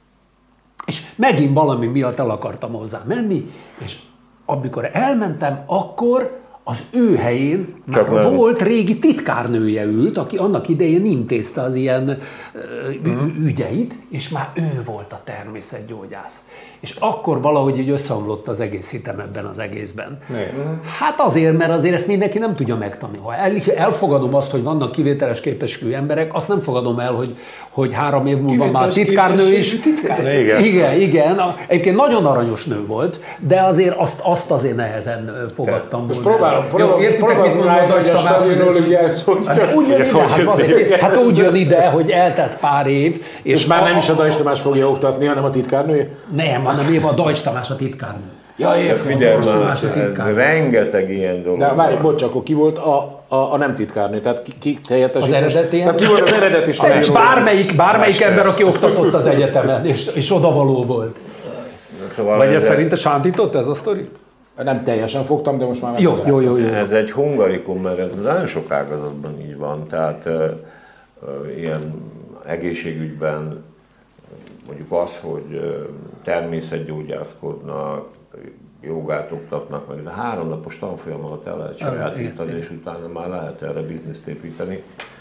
és megint valami miatt el akartam hozzá menni, és amikor elmentem, akkor az ő helyén már nem. volt régi titkárnője ült, aki annak idején intézte az ilyen mm. ügyeit, és már ő volt a természetgyógyász. És akkor valahogy így összeomlott az egész hitem ebben az egészben. Mm. Hát azért, mert azért ezt mindenki nem tudja megtanulni. Ha el, elfogadom azt, hogy vannak kivételes képességű emberek, azt nem fogadom el, hogy, hogy három év múlva már titkárnő is. Titkárnő. Igen. igen, igen. Egyébként nagyon aranyos nő volt, de azért azt, azt azért nehezen fogadtam Most volna. próbálom, próbálom, Jó, értitek, mit mondom a Deutsch Tamás, hogy ez- Hát úgy jön ide, hát, azért, hát úgy jön ide, hogy eltelt pár év, és, És már nem is a Deutsch Tamás fogja oktatni, hanem a titkárnője? Nem, hanem épp a Deutsch Tamás a titkárnő. Ja, értem. Figyelj Most már, más a titkárnő. rengeteg ilyen dolog. De várj, van. bocs, akkor ki volt a, a, a nem titkárnő? Tehát ki, ki helyettesít? Az most? eredeti Tehát ki volt az eredeti És stadion? bármelyik, bármelyik ember, aki oktatott az egyetemen, és, és odavaló volt. Szóval Vagy ez ez egy- szerint sántított ez a sztori? Nem teljesen fogtam, de most már Jó, jó, jó, jó. Ez egy hungarikum, mert ez nagyon sok ágazatban így van, tehát ö, ö, ilyen egészségügyben mondjuk az, hogy ö, természetgyógyászkodnak, jogát oktatnak meg, de három napos tanfolyam alatt el lehet sajátítani, és utána már lehet erre bizniszt építeni.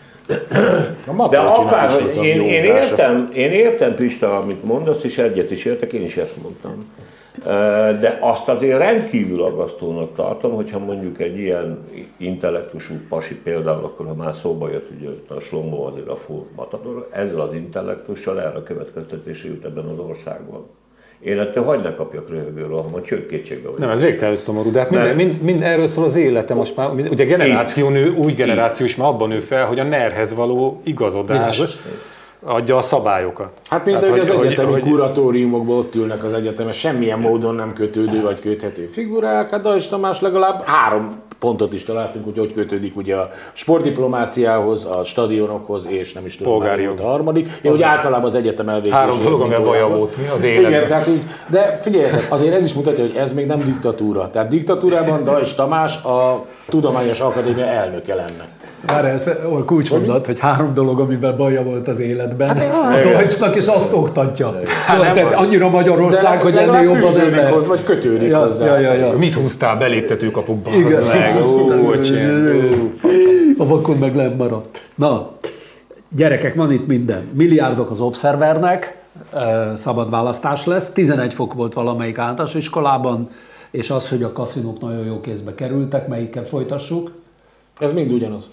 De akár, hogy én, én, értem, én értem, Pista, amit mondasz, és egyet is értek, én is ezt mondtam. De azt azért rendkívül aggasztónak tartom, hogyha mondjuk egy ilyen intellektusú pasi, például akkor, ha már szóba jött, ugye a Slombo azért a full matador, ezzel az intellektussal erre a következtetésre jut ebben az országban. Én ettől hagyd ne kapjak röhögőről, ha majd csőd kétségbe vagyok. Nem, ez végtelenül szomorú, de hát mind, mind, mind erről szól az élete most már. Mind, ugye generáció nő, új generáció is már abban nő fel, hogy a nerhez való igazodás Világos. adja a szabályokat. Hát mint hát, ahogy az hogy- egyetemi hogy- kuratóriumokban ott ülnek az egyetemen, semmilyen módon nem kötődő vagy köthető figurák, hát Deutsch Tamás legalább három pontot is találtunk, hogy hogy kötődik ugye a sportdiplomáciához, a stadionokhoz, és nem is tudom, Polgári már volt a jog. harmadik. Ja, hogy általában az egyetem elvégzéséhez. Három dolog, amivel mint baja órához. volt az életben. Igen, tehát így, de figyeljetek, azért ez is mutatja, hogy ez még nem diktatúra. Tehát diktatúrában Deutsch Tamás a Tudományos Akadémia elnöke lenne. Várj, ez olyan kulcsmondat, hogy három dolog, amivel baja volt az életben. A Deutschnak, és azt oktatja. Hát nem, annyira Magyarország, hogy ennél jobb az fűződik ember. hozzá, vagy kötődik Ja, hozzá. ja, ja, ja. Mit húztál beléptetőkapukba? Igen. Az meg, ó, öcsém. A vakon meg lent maradt. Na, gyerekek, van itt minden. Milliárdok az Observernek, eh, szabad választás lesz. tizenegy fok volt valamelyik általános iskolában, és az, hogy a kaszinók nagyon jó kézbe kerültek, melyikkel folytassuk. Ez mind ugyanaz.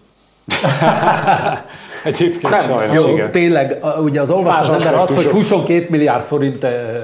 Egyébként Nem, sajnos, Jó, igen. tényleg, a- ugye az olvas az Más ember azt, hogy aspektusok. huszonkettő milliárd forint eh, eh,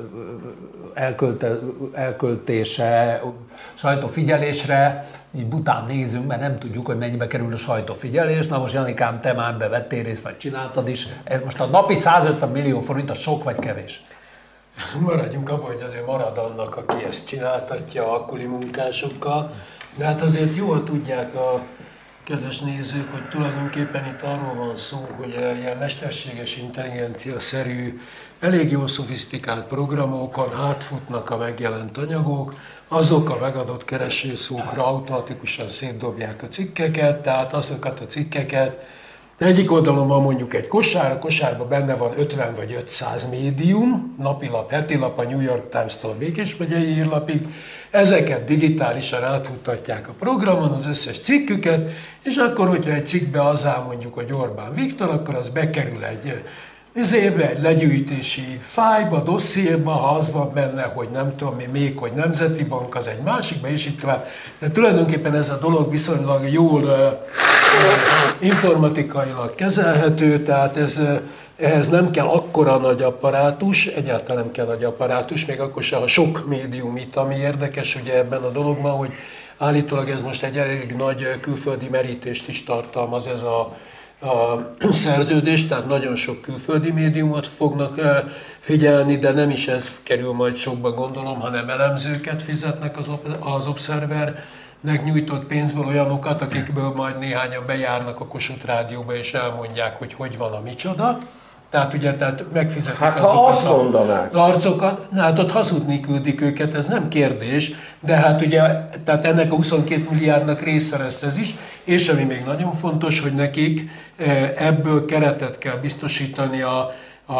elkölte, elköltése sajtófigyelésre, így bután nézünk, mert nem tudjuk, hogy mennyibe kerül a sajtófigyelés. Na most Janikám, te már bevettél részt, vagy csináltad is. Ez most a napi százötven millió forint, az sok vagy kevés? Maradjunk abban, hogy azért marad annak, aki ezt csináltatja akkori munkásokkal, de hát azért jól tudják a kedves nézők, hogy tulajdonképpen itt arról van szó, hogy ilyen mesterséges intelligencia-szerű, elég jól szofisztikált programokon átfutnak a megjelent anyagok, azok a megadott keresőszókra automatikusan szétdobják a cikkeket, tehát azokat a cikkeket, egyik oldalon van mondjuk egy kosár, a kosárban benne van ötven vagy ötszáz médium, napilap, hetilap, a New York Times-tól a Békés megyei hírlapig, ezeket digitálisan átfuttatják a programon, az összes cikküket, és akkor, hogyha egy cikkbe az áll mondjuk, hogy Orbán Viktor, akkor az bekerül egy Ezért egy legyűjtési fájba, dossziéba, ha az van benne, hogy nem tudom mi, még hogy Nemzeti Bank, az egy másikba, és így tovább. De tulajdonképpen ez a dolog viszonylag jól uh, informatikailag kezelhető, tehát ez, ehhez nem kell akkora nagy apparátus, egyáltalán nem kell nagy apparátus, még akkor sem, ha sok médium itt, ami érdekes ugye ebben a dologban, hogy állítólag ez most egy elég nagy külföldi merítést is tartalmaz ez a a szerződés, tehát nagyon sok külföldi médiumot fognak figyelni, de nem is ez kerül majd sokba, gondolom, hanem elemzőket fizetnek az, az Observernek nyújtott pénzből, olyanokat, akikből majd néhányan bejárnak a Kossuth Rádióba és elmondják, hogy hogy van a micsoda. Tehát ugye tehát megfizetik hát, azokat az arcokat, hát ott hazudni küldik őket, ez nem kérdés, de hát ugye tehát ennek a huszonkét milliárdnak része lesz ez is, és ami még nagyon fontos, hogy nekik ebből keretet kell biztosítani a, a,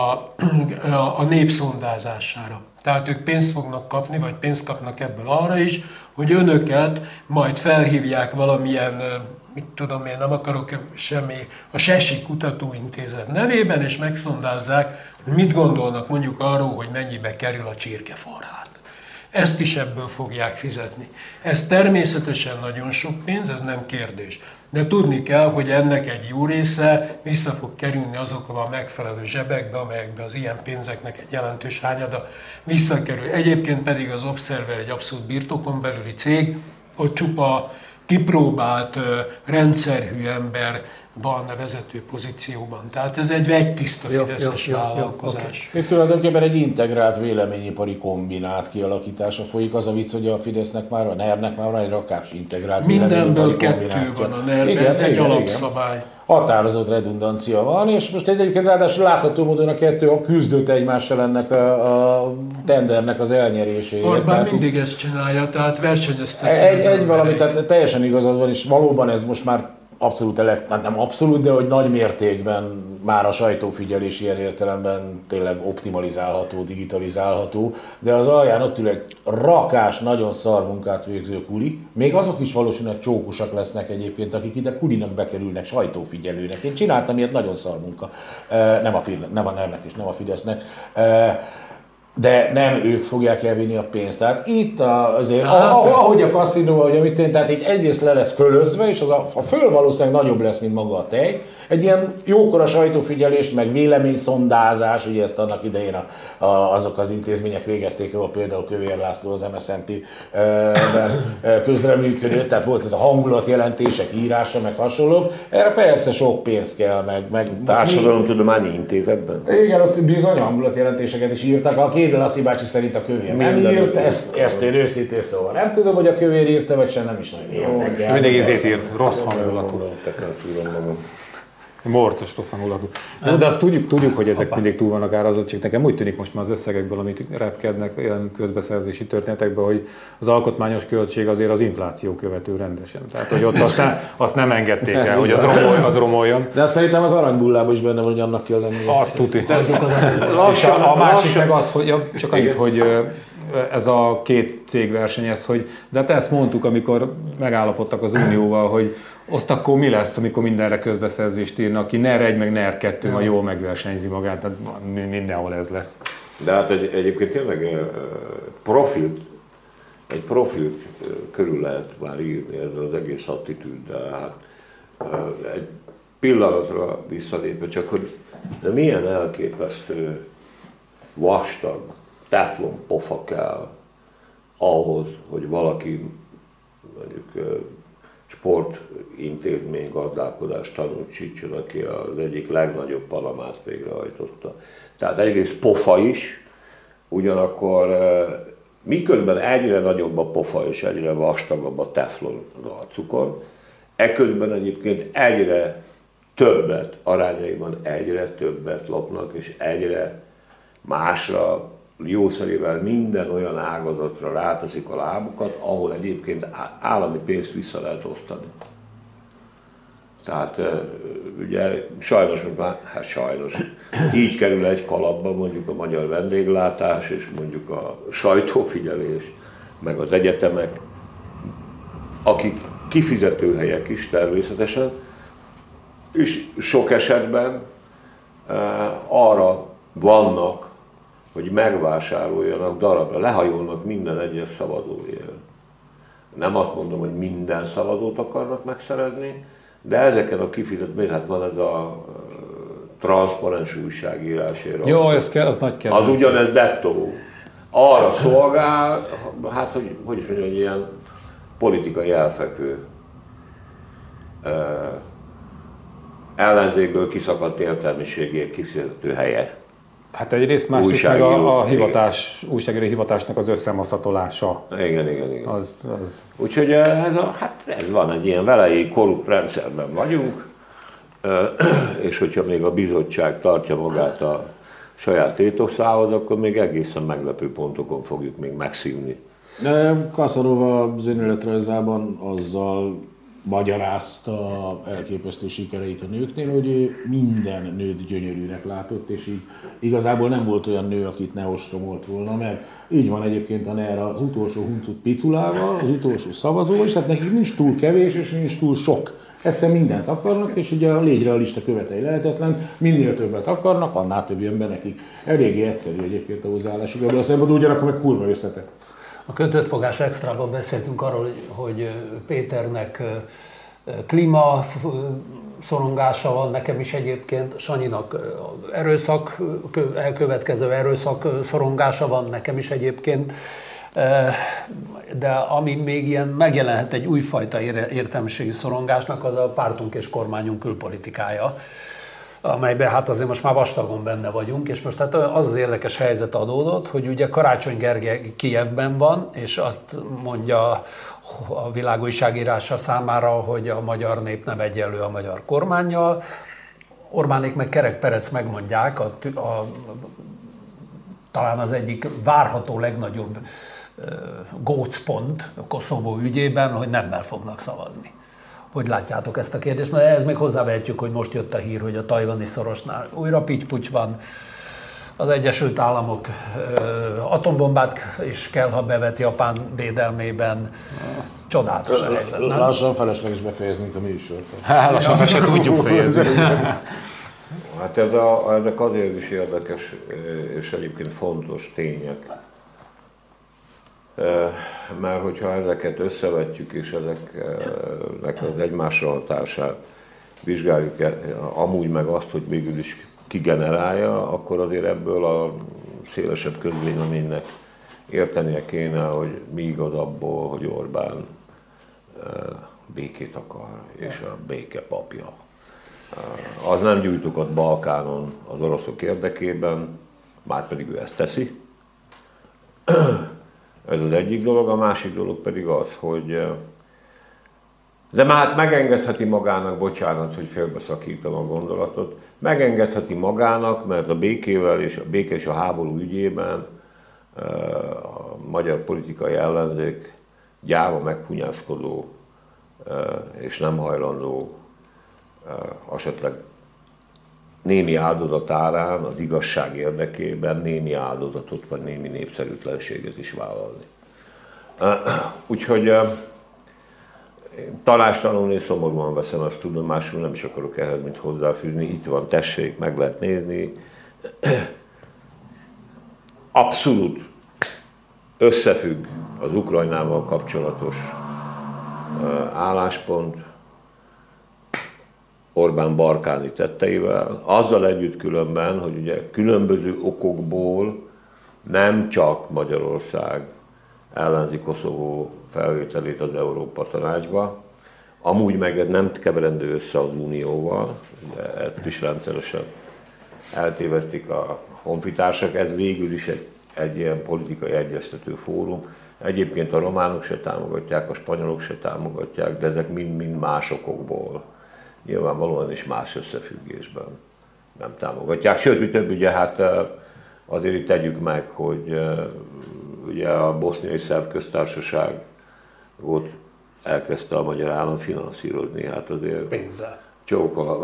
a népszondázására. Tehát ők pénzt fognak kapni, vagy pénzt kapnak ebből arra is, hogy önöket majd felhívják valamilyen, mit tudom én, nem akarok semmi, a Sesi Kutatóintézet nevében, és megszondázzák, hogy mit gondolnak mondjuk arról, hogy mennyibe kerül a csirkefarhát. Ezt is ebből fogják fizetni. Ez természetesen nagyon sok pénz, ez nem kérdés. De tudni kell, hogy ennek egy jó része vissza fog kerülni azokba a megfelelő zsebekbe, amelyekbe az ilyen pénzeknek egy jelentős hányada visszakerül. Egyébként pedig az Observer egy abszolút birtokon belüli cég, ott csupa kipróbált, rendszerhű ember van a vezető pozícióban. Tehát ez egy vegytiszta fideszes jó, jó, vállalkozás. Itt tulajdonképpen egy integrált véleményipari kombinát kialakítása folyik. Az a vicc, hogy a Fidesznek már, a NER-nek már van egy rakás integrált mindenből kettő van a NER-ben, ez egy igen, alapszabály. Igen. Határozott redundancia van, és most egyébként ráadásul látható módon a kettő a küzdött egymással ennek a, a tendernek az elnyeréséért. Orbán mindig ezt csinálja, tehát versenyeztető. Egy, egy valami, tehát teljesen igazad van, és valóban ez most már abszolút, elekt, nem abszolút, de hogy nagy mértékben már a sajtófigyelés ilyen értelemben tényleg optimalizálható, digitalizálható, de az alján ott ül egy rakás, nagyon szar munkát végző kuli, még azok is valószínűleg csókosak lesznek egyébként, akik ide kulinak bekerülnek, sajtófigyelőnek. Én csináltam ilyet, nagyon szar munka, nem a, nem a NER-nek és nem a Fidesznek, de nem ők fogják elvinni a pénzt. Tehát itt a, azért, hát, ahogy a kaszinó, ahogy amit én, tehát így egyrészt le lesz fölözve, és az a, a föl valószínűleg nagyobb lesz, mint maga a tej. Egy ilyen jókora sajtófigyelés, meg véleményszondázás, ugye ezt annak idején a, a, azok az intézmények végezték, ahol például Kövér László az em es zé en pé-ben közreműködött, tehát volt ez a hangulatjelentések írása, meg hasonlók. Erre persze sok pénz kell, meg... meg Társadalomtudományi Intézetben? Igen, ott bizony hangulatjelentéseket is írtak. A Kérő Laci bácsi szerint a Kövér nem írt, ezt, ezt én őszintén szóval nem tudom, hogy a Kövér írta, vagy sem, nem is nagyon érdekel. Mindig ízét írt, rossz hangulatú. Morcos rossz hangulatú. Jó, de azt tudjuk, tudjuk, hogy ezek mindig túl vannak árazott, csak nekem úgy tűnik most már az összegekből, amit repkednek ilyen közbeszerzési történetekben, hogy az alkotmányos költség azért az infláció követő rendesen. Tehát, hogy ott azt, ne, azt nem engedték el, hogy az, romol, az romoljon. De azt szerintem az aranybullában is benne van, hogy annak kell lenni. Azt tuti. És a, a másik meg az, hogy ja, csak annyit, hogy ez a két cég versenyez, hogy de hát ezt mondtuk, amikor megállapodtak az Unióval, hogy azt akkor mi lesz, amikor mindenre közbeszerzést írnak ki, NER egy meg NER kettő, ha jól megversenyzi magát, tehát mindenhol ez lesz. De hát egy, egyébként tényleg profilt, egy profilt körül lehet már írni ezzel az egész attitűddel. Hát egy pillanatra visszalépve, csak hogy de milyen elképesztő vastag teflon pofa kell ahhoz, hogy valaki mondjuk sportintézmény gazdálkodást tanúsítson, aki az egyik legnagyobb palamát végrehajtotta. Tehát egyrészt pofa is, ugyanakkor miközben egyre nagyobb a pofa és egyre vastagabb a teflon az arcukon, eközben egyébként egyre többet, arányaiban egyre többet lopnak, és egyre másra, jószerével minden olyan ágazatra ráteszik a lábukat, ahol egyébként állami pénzt vissza lehet osztani. Tehát ugye sajnos, hát sajnos, így kerül egy kalapba mondjuk a magyar vendéglátás, és mondjuk a sajtófigyelés, meg az egyetemek, akik kifizetőhelyek is természetesen, és sok esetben arra vannak, hogy megvásároljanak darabra, lehajolnak minden egyes szavazóért. Nem azt mondom, hogy minden szavazót akarnak megszerezni, de ezeken a kifizetett, hát van ez a transzparens újságírásért. Jó, ez kell, az nagy kell. Az ugyanez dettó. Arra szolgál, hát hogy, hogy is mondjam, hogy ilyen politikai elfekvő ellenzékből kiszakadt értelmiségért kifizető helye. Hát egyrészt, másrészt meg a, a hivatás, újságíró hivatásnak az összemaszatolása. Igen, igen, igen. Az, az... Úgyhogy ez, a, hát ez van egy ilyen velei korrupt rendszerben vagyunk, és hogyha még a bizottság tartja magát a saját tétoszához, akkor még egészen meglepő pontokon fogjuk még megszívni. Kaszarova az önéletrajzában azzal magyarázta elképesztő sikereit a nőknél, hogy ő minden nőt gyönyörűnek látott, és így igazából nem volt olyan nő, akit ne ostromolt volna meg. Így van egyébként a NER az utolsó huncut Piculával, az utolsó szavazó, és hát nekik nincs túl kevés, és nincs túl sok. Egyszer mindent akarnak, és ugye a légyre a lista követei lehetetlen, minél többet akarnak, annál több jön be nekik. Eléggé egyszerű egyébként a hozzáállásuk, ebből a szempontból ugyanakkor meg kurva összetett. A kötött fogás extrában beszéltünk arról, hogy Péternek klíma szorongása van, nekem is egyébként, Sanyinak erőszak, elkövetkező erőszak szorongása van, nekem is egyébként, de ami még ilyen megjelenhet egy újfajta értelmiségi szorongásnak, az a pártunk és kormányunk külpolitikája, amelyben hát azért most már vastagon benne vagyunk, és most hát az az érdekes helyzet adódott, hogy ugye Karácsony Gergely Kijevben van, és azt mondja a Világ újságírása számára, hogy a magyar nép nem egyenlő a magyar kormánnyal. Orbánék meg Kerek Perec megmondják, a, a, talán az egyik várható legnagyobb gócpont a Koszovó ügyében, hogy nemmel fognak szavazni. Hogy látjátok ezt a kérdést? Mert ehhez még hozzávehetjük, hogy most jött a hír, hogy a tajvani szorosnál újra pitty-puty van. Az Egyesült Államok atombombát is kell, ha bevet Japán védelmében. Csodálatos a helyzet, nem? Lassan felesleges befejeznünk a műsort. Hát lassan fel se tudjuk fejezni. Hát ez a, ezek azért is érdekes és egyébként fontos tények. Mert hogyha ezeket összevetjük és ezeknek az egymásra hatását vizsgáljuk amúgy meg azt, hogy végül is ki generálja, akkor azért ebből a szélesebb közvéleménynek értenie kéne, hogy mi igaz abból, hogy Orbán békét akar, és a béke papja. Az nem gyújtogat Balkánon az oroszok érdekében, már pedig ő ezt teszi. Ez az egyik dolog, a másik dolog pedig az, hogy de már hát megengedheti magának, bocsánat, hogy félbeszakítom a gondolatot, megengedheti magának, mert a békével és a béke és a háború ügyében a magyar politikai ellenzék gyáva meghunyászkodó és nem hajlandó esetleg némi áldozat árán, az igazság érdekében némi áldozatot vagy némi népszerűtlenséget is vállalni. Úgyhogy tanástalanul és szomorúan veszem ezt tudomásul, nem is akarok ehhez mit hozzáfűzni, itt van, tessék, meg lehet nézni. Abszolút összefügg az Ukrajnával kapcsolatos álláspont Orbán balkáni tetteivel, azzal együtt különben, hogy ugye különböző okokból nem csak Magyarország ellenzi Koszovó felvételét az Európa Tanácsba, amúgy meg nem keverendő össze az Unióval, ugye ezt is rendszeresen eltévesztik a honfitársak, ez végül is egy, egy ilyen politikai egyeztető fórum. Egyébként a románok se támogatják, a spanyolok se támogatják, de ezek mind-mind más okokból, nyilvánvalóan is más összefüggésben nem támogatják. Sőt, mi több, ugye hát azért itt tegyük meg, hogy ugye a boszniai szerb köztársaság volt, elkezdte a magyar állam finanszírozni, hát azért pénzzel. Csókolom.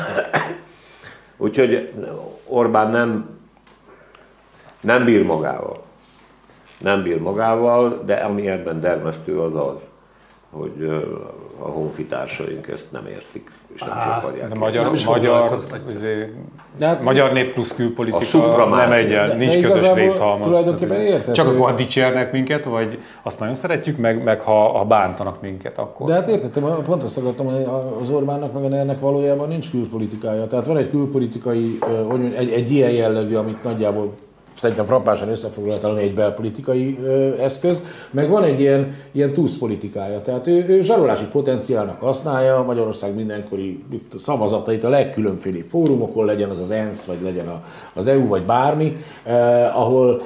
Úgyhogy Orbán nem, nem bír magával. Nem bír magával, de ami ebben dermesztő az az, hogy a honfitársaink ezt nem értik, és nem is Á, akarják. De magyar, Nem is magyar, foglalkoztatja. azért, hát- magyar nép plusz külpolitika szupramáció. nem egyen, De- nincs de közös igazából részhalmaz. tulajdonképpen érthető. Csak akkor, ha dicsérnek minket, vagy azt nagyon szeretjük, meg, meg ha, ha bántanak minket, akkor... De hát értettem, pont azt akartam, hogy az Orbánnak meg a NER-nek valójában nincs külpolitikája. Tehát van egy külpolitikai, hogy mondjam, egy, egy ilyen jellegű, amit nagyjából szerintem frappánsan összefoglalta, ami egy belpolitikai ö, eszköz, meg van egy ilyen, ilyen túszpolitikája. Tehát ő, ő zsarolási potenciálnak használja Magyarország mindenkori szavazatait a legkülönfélébb fórumokon, legyen az az ENSZ, vagy legyen a, az é u, vagy bármi, eh, ahol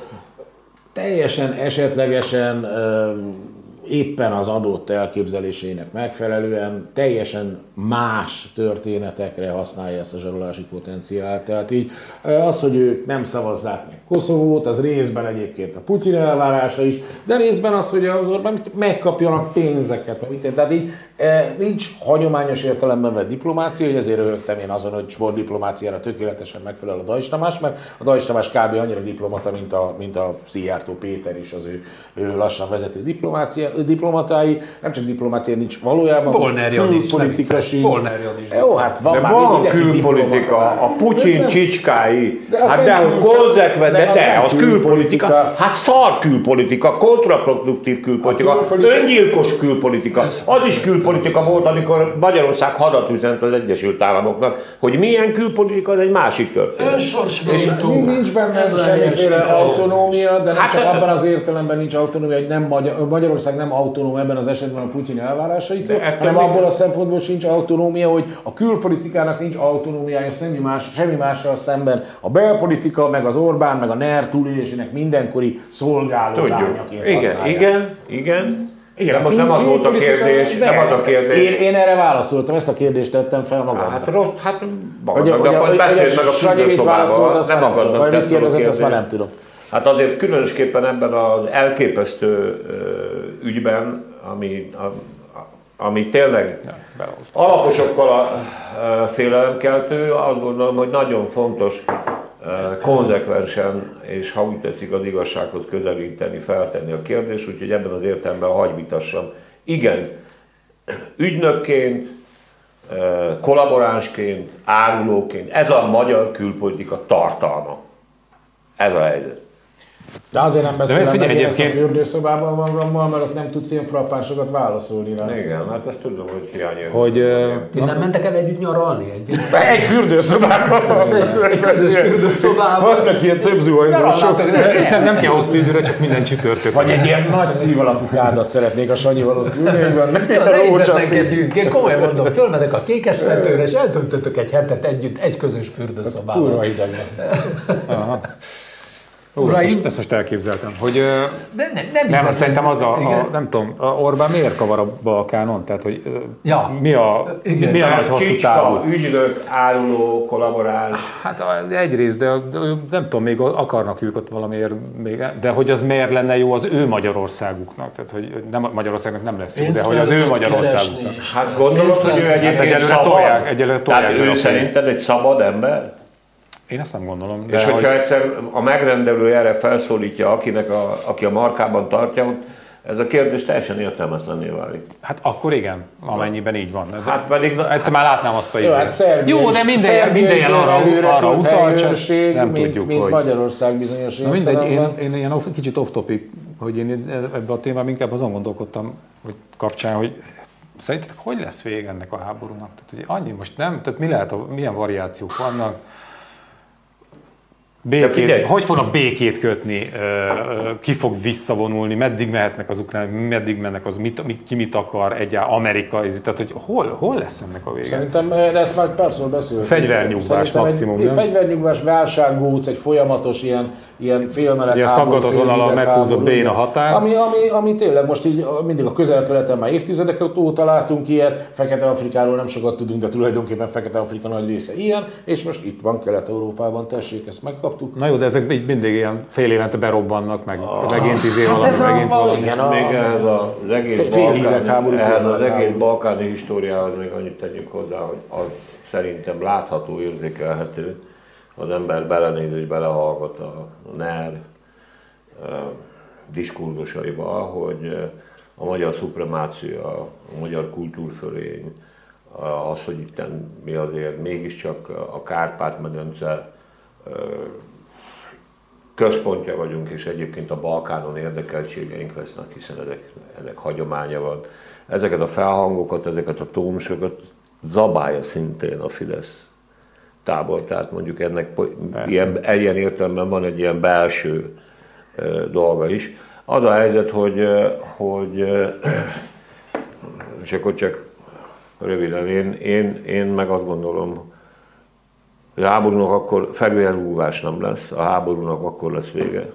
teljesen esetlegesen eh, éppen az adott elképzelésének megfelelően teljesen más történetekre használja ezt a zsarolási potenciált. Tehát így az, hogy ők nem szavazzák meg Koszovót, az részben egyébként a Putyin elvárása is, de részben az, hogy az Orbán megkapjanak pénzeket. Tehát így nincs hagyományos értelemben vett diplomácia, hogy ezért röhögtem én azon, hogy sportdiplomáciára tökéletesen megfelel a Deutsch Tamás, mert a Deutsch Tamás kb. Annyira diplomata, mint a, mint a Szijjártó Péter is, az ő, ő lassan vezető diplomácia, diplomatái, nem csak diplomácia nincs valójában, külpolitika sincs. Jó, hát van de már van külpolitika, a Putyin csicskái, hát de a konzekvent, de, de az külpolitika, hát szar külpolitika, kontraproduktív külpolitika, öngyilkos külpolitika, az is külpolitika volt, amikor Magyarország hadat üzent az Egyesült Államoknak, hogy milyen külpolitika, az egy másik történet. Önsorsrólító. Nincs benne semmiféle autonómia, de nem hát, csak abban az értelemben nincs autonómia, hogy nem Magyar, Magyarország nem autonóm ebben az esetben a Putyin elvárásaitól, hanem abból a szempontból sincs autonómia, hogy a külpolitikának nincs autonómiája semmi, más, semmi mással szemben. A belpolitika, meg az Orbán, meg a NER túlélésének mindenkori szolgáló lányaként igen, használják. Igen, igen. Igen, de most nem az volt a kérdés, de, nem az a kérdés. Én, én erre válaszoltam, ezt a kérdést tettem fel magamnak. Hát rossz, hát magadnak, de akkor beszéld meg a fürdőszobában, nem magadnak mit kérdezett, azt már nem kérdést. tudom. Hát azért különösképpen ebben az elképesztő ügyben, ami, ami tényleg alaposokkal a félelemkeltő, azt gondolom, hogy nagyon fontos konzekvensen, és ha úgy tetszik, az igazsághoz közelíteni, feltenni a kérdést, úgyhogy ebben az értelemben hagyj vitassam. Igen, ügynökként, kollaboránsként, árulóként, ez a magyar külpolitika tartalma. Ez a helyzet. De azért nem beszélem, figyelj, hogy egyébként... ezt a fürdőszobában van magammal, mert ott nem tudsz ilyen frappánsokat válaszolni rá. Igen, hát ezt tudom, hogy hiányérni. Hogy, Ti nem mentek el együtt nyaralni? Egy, Egy fürdőszobában! egy közös fürdőszobában? Vannak ilyen több zuhanyzósok. és nem, nem kell hosszú időre, csak minden csütörtök. Vagy egy ilyen nagy szív alapú kádat szeretnék a Sanyival ott ülni, Nézzetlenkedjünk, én komolyan mondom, fölmedek a Kékestetőre, és eltöltöttök egy hetet együtt egy közös fürdőszobában. Kurva hidegben. Ó, ezt, most, ezt most elképzeltem, hogy De ne, nem, nem, szerintem az a, igen. a, nem tudom, a Orbán miért kavar a Balkánon? Tehát, hogy Ja. mi a, Igen. mi a nagy hosszú Csicska, távú? ügynök, áruló, kollaboráns. Hát egyrészt, de, de nem tudom, még akarnak ők ott valamiért, még, de hogy az miért lenne jó az ő Magyarországuknak? Tehát, hogy nem, Magyarországnak nem lesz jó, de hogy az ő Magyarországuknak. Hát gondolod, hogy ő egyébként egyelőre szabad? tolják, egyelőre tolják Tehát a ő pénzt. szerinted egy szabad ember? Én azt nem gondolom. De És hogyha hogy... egyszer a megrendelő erre felszólítja, akinek a, aki a markában tartja, ez a kérdés teljesen értelmetlenné válik. Hát akkor igen, amennyiben így van. De Hát pedig... egyszer már látnám azt a Jó, hát Szerbia Jó, de is- minden, Szerbia minden is jel arra, előre arra tolt utal, csak helyőrség, nem mint, tudjuk, mint hogy... Magyarország bizonyos Na mindegy, én, értelemben. én ilyen off, kicsit off-topic, hogy én ebben a témában inkább azon gondolkodtam, hogy kapcsán, hogy szerintetek hogy lesz vége ennek a háborúnak? Tehát, hogy annyi most nem, tehát mi lehet, a, milyen variációk vannak? Békét, hogy fognak békét kötni, ki fog visszavonulni, meddig mehetnek az ukrán, meddig mennek az, mit, ki mit akar, egyáltalán Amerika, tehát hogy hol, hol lesz ennek a vége? Szerintem, de ezt már perszor beszéltünk. Fegyvernyugvás maximum, egy, nem? Fegyvernyugvás, válsággóc, egy folyamatos ilyen, ilyen félmeleg ilyen háború, szaggatott vonalon meghúzott háború, béna határ. Ami, ami, ami tényleg most így mindig a közel-keleten már évtizedek óta látunk ilyet, Fekete-Afrikáról nem sokat tudunk, de tulajdonképpen Fekete-Afrika nagy része ilyen, és most itt van Kelet-Európában, tessék, ezt megkaptuk. Na jó, de ezek így mindig ilyen fél évente berobbannak, meg Ah, megint izé hát valami, ez a- megint valami. igen, a- Még ehhez az egész Fél balkáni, hidegháború, fél ehhez az egész hidegháború. balkáni históriához még annyit tegyük hozzá, hogy az szerintem látható, érzékelhető, az ember belenéz és belehallgat a NER diskurzusaiba, hogy a magyar szupremácia, a magyar kultúrfölény, az, hogy itt mi azért mégiscsak a Kárpát-medence központja vagyunk, és egyébként a Balkánon érdekeltségeink vesznek, hiszen ezek, ennek hagyománya van. Ezeket a felhangokat, ezeket a tónusokat zabálja szintén a Fidesz tábor, tehát mondjuk ennek ilyen, ilyen értelemben van egy ilyen belső uh, dolga is. Az a helyzet, hogy, hogy uh, és akkor csak röviden, én, én, én meg azt gondolom, hogy a háborúnak akkor fegyverrúgás nem lesz, a háborúnak akkor lesz vége,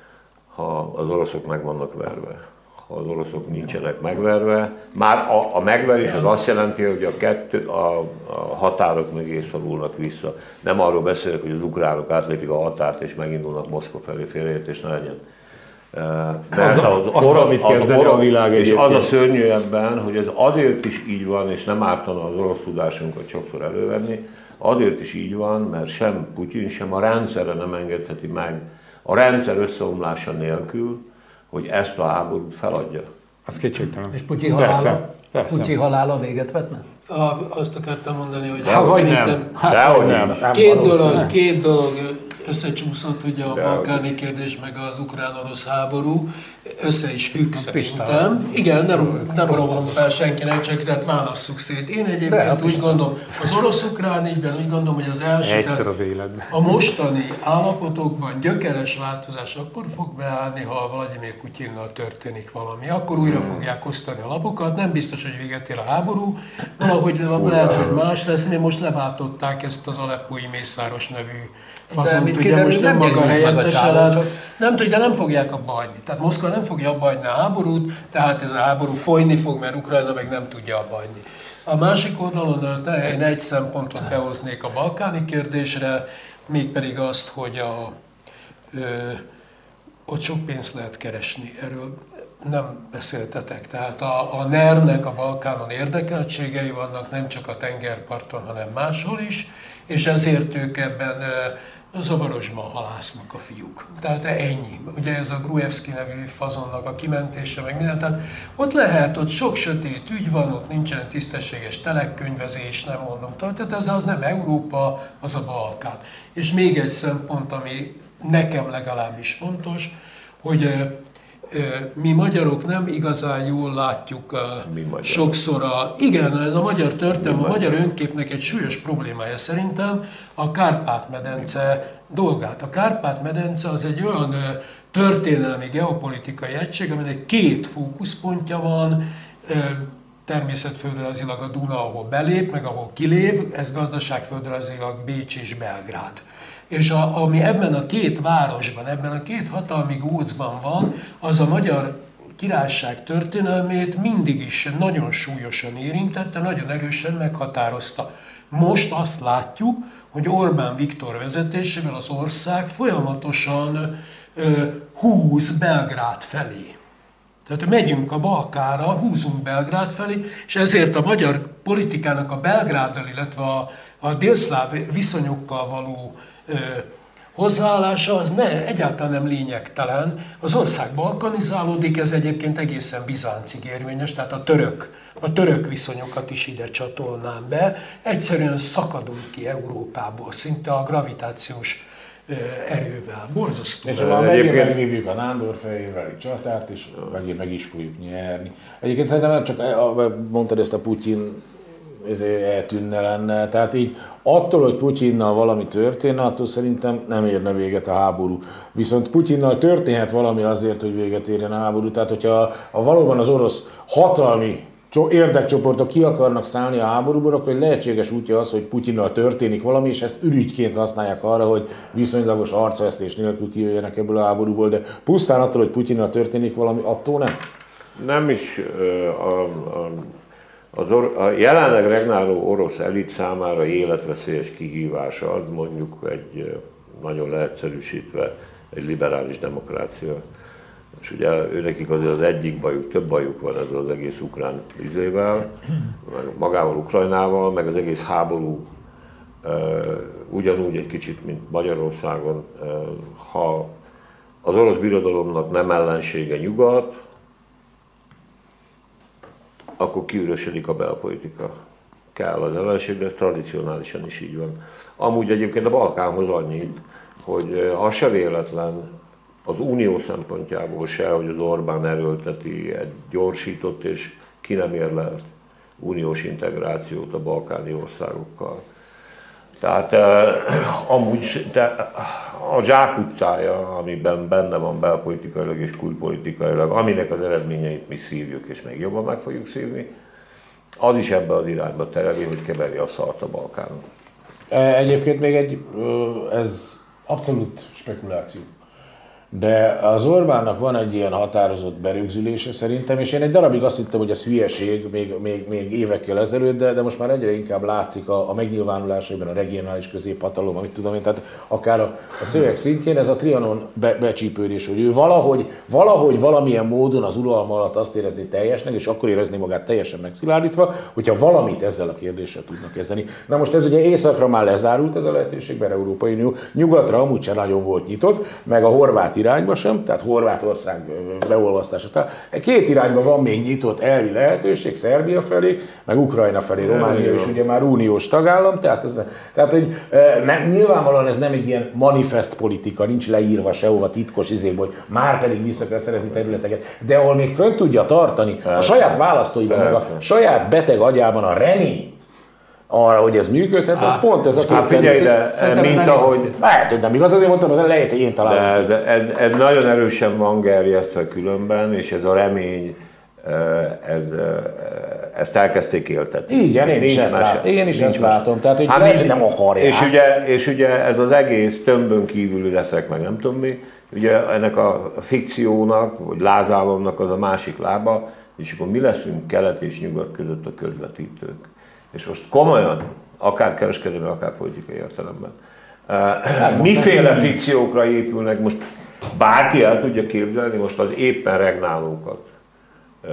ha az oroszok meg vannak verve. Ha az oroszok nincsenek megverve, már a, a megverés az azt jelenti, hogy a, kettő, a, a határok mögé szorulnak vissza. Nem arról beszélek, hogy az ukránok átlépik a határt és megindulnak Moszkva felé, félreértés ne legyen. Mert az, az, az, orosz, az, az, a világ és az a szörnyű ebben, hogy ez azért is így van, és nem ártana az orosz tudásunkat sokszor elővenni, azért is így van, mert sem Putyin, sem a rendszerre nem engedheti meg, a rendszer összeomlása nélkül, hogy ezt a háborút feladja. Az kétségtelen. És Putyin halála, Putyin halála véget vetne? A, azt akartam mondani, hogy hát, szerintem nem. Hát, nem. Nem. Két, dolog, két dolog összecsúszott, ugye a balkáni kérdés meg az ukrán-orosz háború, össze is függ szerintem. Igen, nem, nem rovolom fel senkinek, csak tehát válasszuk szét. Én egyébként úgy gondolom, az orosz-ukrán ügyben úgy gondolom, hogy az első, egyszer az életben. A mostani állapotokban gyökeres változás akkor fog beállni, ha Vladimir Putyinnal történik valami. Akkor újra fogják osztani a lapokat, nem biztos, hogy véget ér a háború, valahogy lehet, hogy más lesz, mert most leváltották ezt az aleppói Mészáros nevű fazont, ugye most nem maga helyettesen, nem tudja, de nem fogják abba hagyni. Tehát Moszkva nem fogja abba hagyni a háborút, tehát ez a háború folyni fog, mert Ukrajna meg nem tudja abba hagyni. A másik oldalon én egy szempontot behoznék a balkáni kérdésre, mégpedig azt, hogy a, ö, ott sok pénzt lehet keresni. Erről nem beszéltetek. Tehát a, a en e er-nek a Balkánon érdekeltségei vannak, nem csak a tengerparton, hanem máshol is, és ezért ők ebben zavarosban halásznak a fiúk. Tehát ennyi. Ugye ez a Gruevski nevű fazonnak a kimentése, meg minden. Tehát ott lehet, ott sok sötét ügy van, ott nincsen tisztességes telekkönyvezés, nem mondom. Tehát ez az nem Európa, az a Balkán. És még egy szempont, ami nekem legalábbis fontos, hogy mi magyarok nem igazán jól látjuk sokszor a... Igen, ez a magyar történelem, a magyar önképnek egy súlyos problémája szerintem a Kárpát-medence dolgát. A Kárpát-medence az egy olyan történelmi, geopolitikai egység, aminek két fókuszpontja van, természetföldrajzilag a Duna, ahol belép, meg ahol kilép, ez gazdaságföldrajzilag Bécs és Belgrád. És a, ami ebben a két városban, ebben a két hatalmi gócban van, az a magyar királyság történelmét mindig is nagyon súlyosan érintette, nagyon erősen meghatározta. Most azt látjuk, hogy Orbán Viktor vezetésével az ország folyamatosan ö, húz Belgrád felé. Tehát megyünk a Balkánra, húzunk Belgrád felé, és ezért a magyar politikának a Belgráddal, illetve a, a délszláv viszonyokkal való ö, hozzáállása az ne, egyáltalán nem lényegtelen. Az ország balkanizálódik, ez egyébként egészen bizáncig érvényes, tehát a török, a török viszonyokat is ide csatolnám be. Egyszerűen szakadunk ki Európából, szinte a gravitációs erővel. Borzasztó. És ha megint vívjuk a Nándor fejével csatát, és megint meg is fogjuk nyerni. Egyébként szerintem nem csak mondtad ezt a Putyin eltűnne lenne. Tehát így attól, hogy Putyinnal valami történne, attól szerintem nem érne véget a háború. Viszont Putyinnal történhet valami azért, hogy véget érjen a háború. Tehát, hogyha ha valóban az orosz hatalmi érdekcsoportok ki akarnak szállni a háborúból, akkor lehetséges útja az, hogy Putyinnal történik valami, és ezt ürügyként használják arra, hogy viszonylagos arcvesztés nélkül kijöjjenek ebből a háborúból, de pusztán attól, hogy Putyinnal történik valami, attól nem? Nem is. A, a, az or, a jelenleg regnáló orosz elit számára életveszélyes kihívása az mondjuk egy, nagyon leegyszerűsítve, egy liberális demokrácia. És ugye őnekik azért az egyik bajuk, több bajuk van ezzel az egész ukrán izével, magával Ukrajnával, meg az egész háború ugyanúgy egy kicsit, mint Magyarországon. Ha az orosz birodalomnak nem ellensége Nyugat, akkor kiürösödik a belpolitika. Kell az ellenség, de ez tradicionálisan is így van. Amúgy egyébként a Balkánhoz annyit, hogy az se véletlen az unió szempontjából se, hogy az Orbán erőlteti egy gyorsított és ki nem érlelt uniós integrációt a balkáni országokkal. Tehát eh, amúgy de a zsákutcája, amiben benne van belpolitikailag és külpolitikailag, aminek az eredményeit mi szívjuk, és még jobban meg fogjuk szívni, az is ebbe az irányba tereli, hogy keverje a szart a Balkánon. Egyébként még egy, ez abszolút spekuláció. De az Orbánnak van egy ilyen határozott berögzülése szerintem, és én egy darabig azt hittem, hogy ez hülyeség még, még, még évekkel ezelőtt, de, de most már egyre inkább látszik a, a megnyilvánulásaiban a regionális középhatalom, amit tudom én, tehát akár a, a szöveg szintjén ez a Trianon be, becsípődés, hogy ő valahogy, valahogy valamilyen módon az uralma alatt azt érezni teljesnek, és akkor érezni magát teljesen megszilárdítva, hogyha valamit ezzel a kérdéssel tudnak kezdeni. Na most ez ugye északra már lezárult ez a lehetőség, mert Európai Unió, nyugatra amúgy sem nagyon volt nyitott, meg a horvát irányba sem, tehát Horvátország beolvasztása. Két irányban van még nyitott elvi lehetőség, Szerbia felé, meg Ukrajna felé, Románia is ugye már uniós tagállam, tehát, ez, tehát hogy nem, nyilvánvalóan ez nem egy ilyen manifest politika, nincs leírva sehova titkos izékból, hogy már pedig vissza kell szerezni területeket, de ahol még fönn tudja tartani a saját választóiban, meg a saját beteg agyában a remény, arra, hogy ez működhet, az pont ez a két figyelj, de mint ahogy... Lehet, hogy nem igaz, azért mondtam, az elejét, hogy én találom. De, de ez, ez nagyon erősen van gerjesztve különben, és ez a remény, ez, ezt elkezdték éltetni. Igen, én is ezt látom. Én is ezt látom. Tehát, hogy hát lehet, hogy nem akarják. És ugye, és ugye ez az egész tömbön kívüli leszek, meg nem tudom mi, ugye ennek a fikciónak, vagy lázálomnak az a másik lába, és akkor mi leszünk kelet és nyugat között a közvetítők. És most komolyan, akár kereskedelmi, akár politikai értelemben, uh, miféle fikciókra épülnek, most bárki el tudja képzelni, most az éppen regnálókat uh,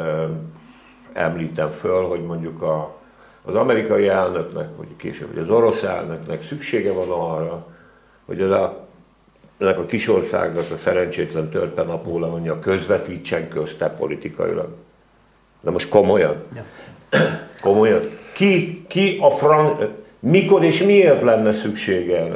említem föl, hogy mondjuk a, az amerikai elnöknek, vagy később vagy az orosz elnöknek szüksége van arra, hogy az a, ennek a kisországnak a szerencsétlen törpe Napóleonja közvetítsen közte politikailag. De most komolyan? Ja. Komolyan? Ki, ki a fran... Mikor és miért lenne szükség erre?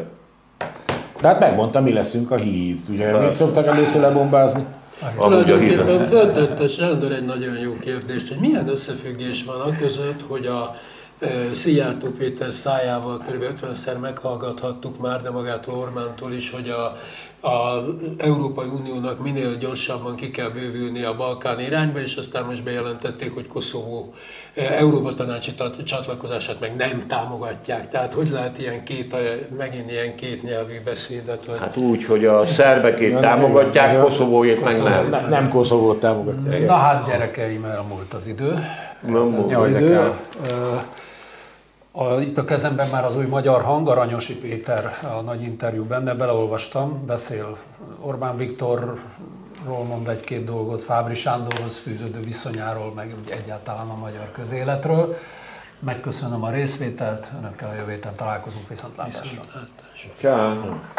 De hát megmondta, mi leszünk a híd. Ugye, mit szoktak először lebombázni? Tulajdonképpen feltette Sándor egy nagyon jó kérdést, hogy milyen összefüggés van a között, hogy a Szijjártó Péter szájával kb. ötvenszer meghallgathattuk már, de magától Orbántól is, hogy a az Európai Uniónak minél gyorsabban ki kell bővülni a Balkán irányba, és aztán most bejelentették, hogy Koszovó Európa tanácsi csatlakozását meg nem támogatják. Tehát hogy lehet ilyen két, megint ilyen kétnyelvű beszédet? Vagy... Hát úgy, hogy a szerbekét támogatják, Koszovóét meg nem. Nem, nem Koszovót támogatják. Na hát gyerekeim, elmúlt az idő. Nem múlt az idő. A, itt a kezemben már az új Magyar Hang, Aranyosi Péter a nagy interjú benne, beleolvastam, beszél Orbán Viktorról, mond egy-két dolgot, Fábry Sándorhoz fűződő viszonyáról, meg úgy egyáltalán a magyar közéletről. Megköszönöm a részvételt, önökkel a jövő héten találkozunk, viszontlátásra. Ciao.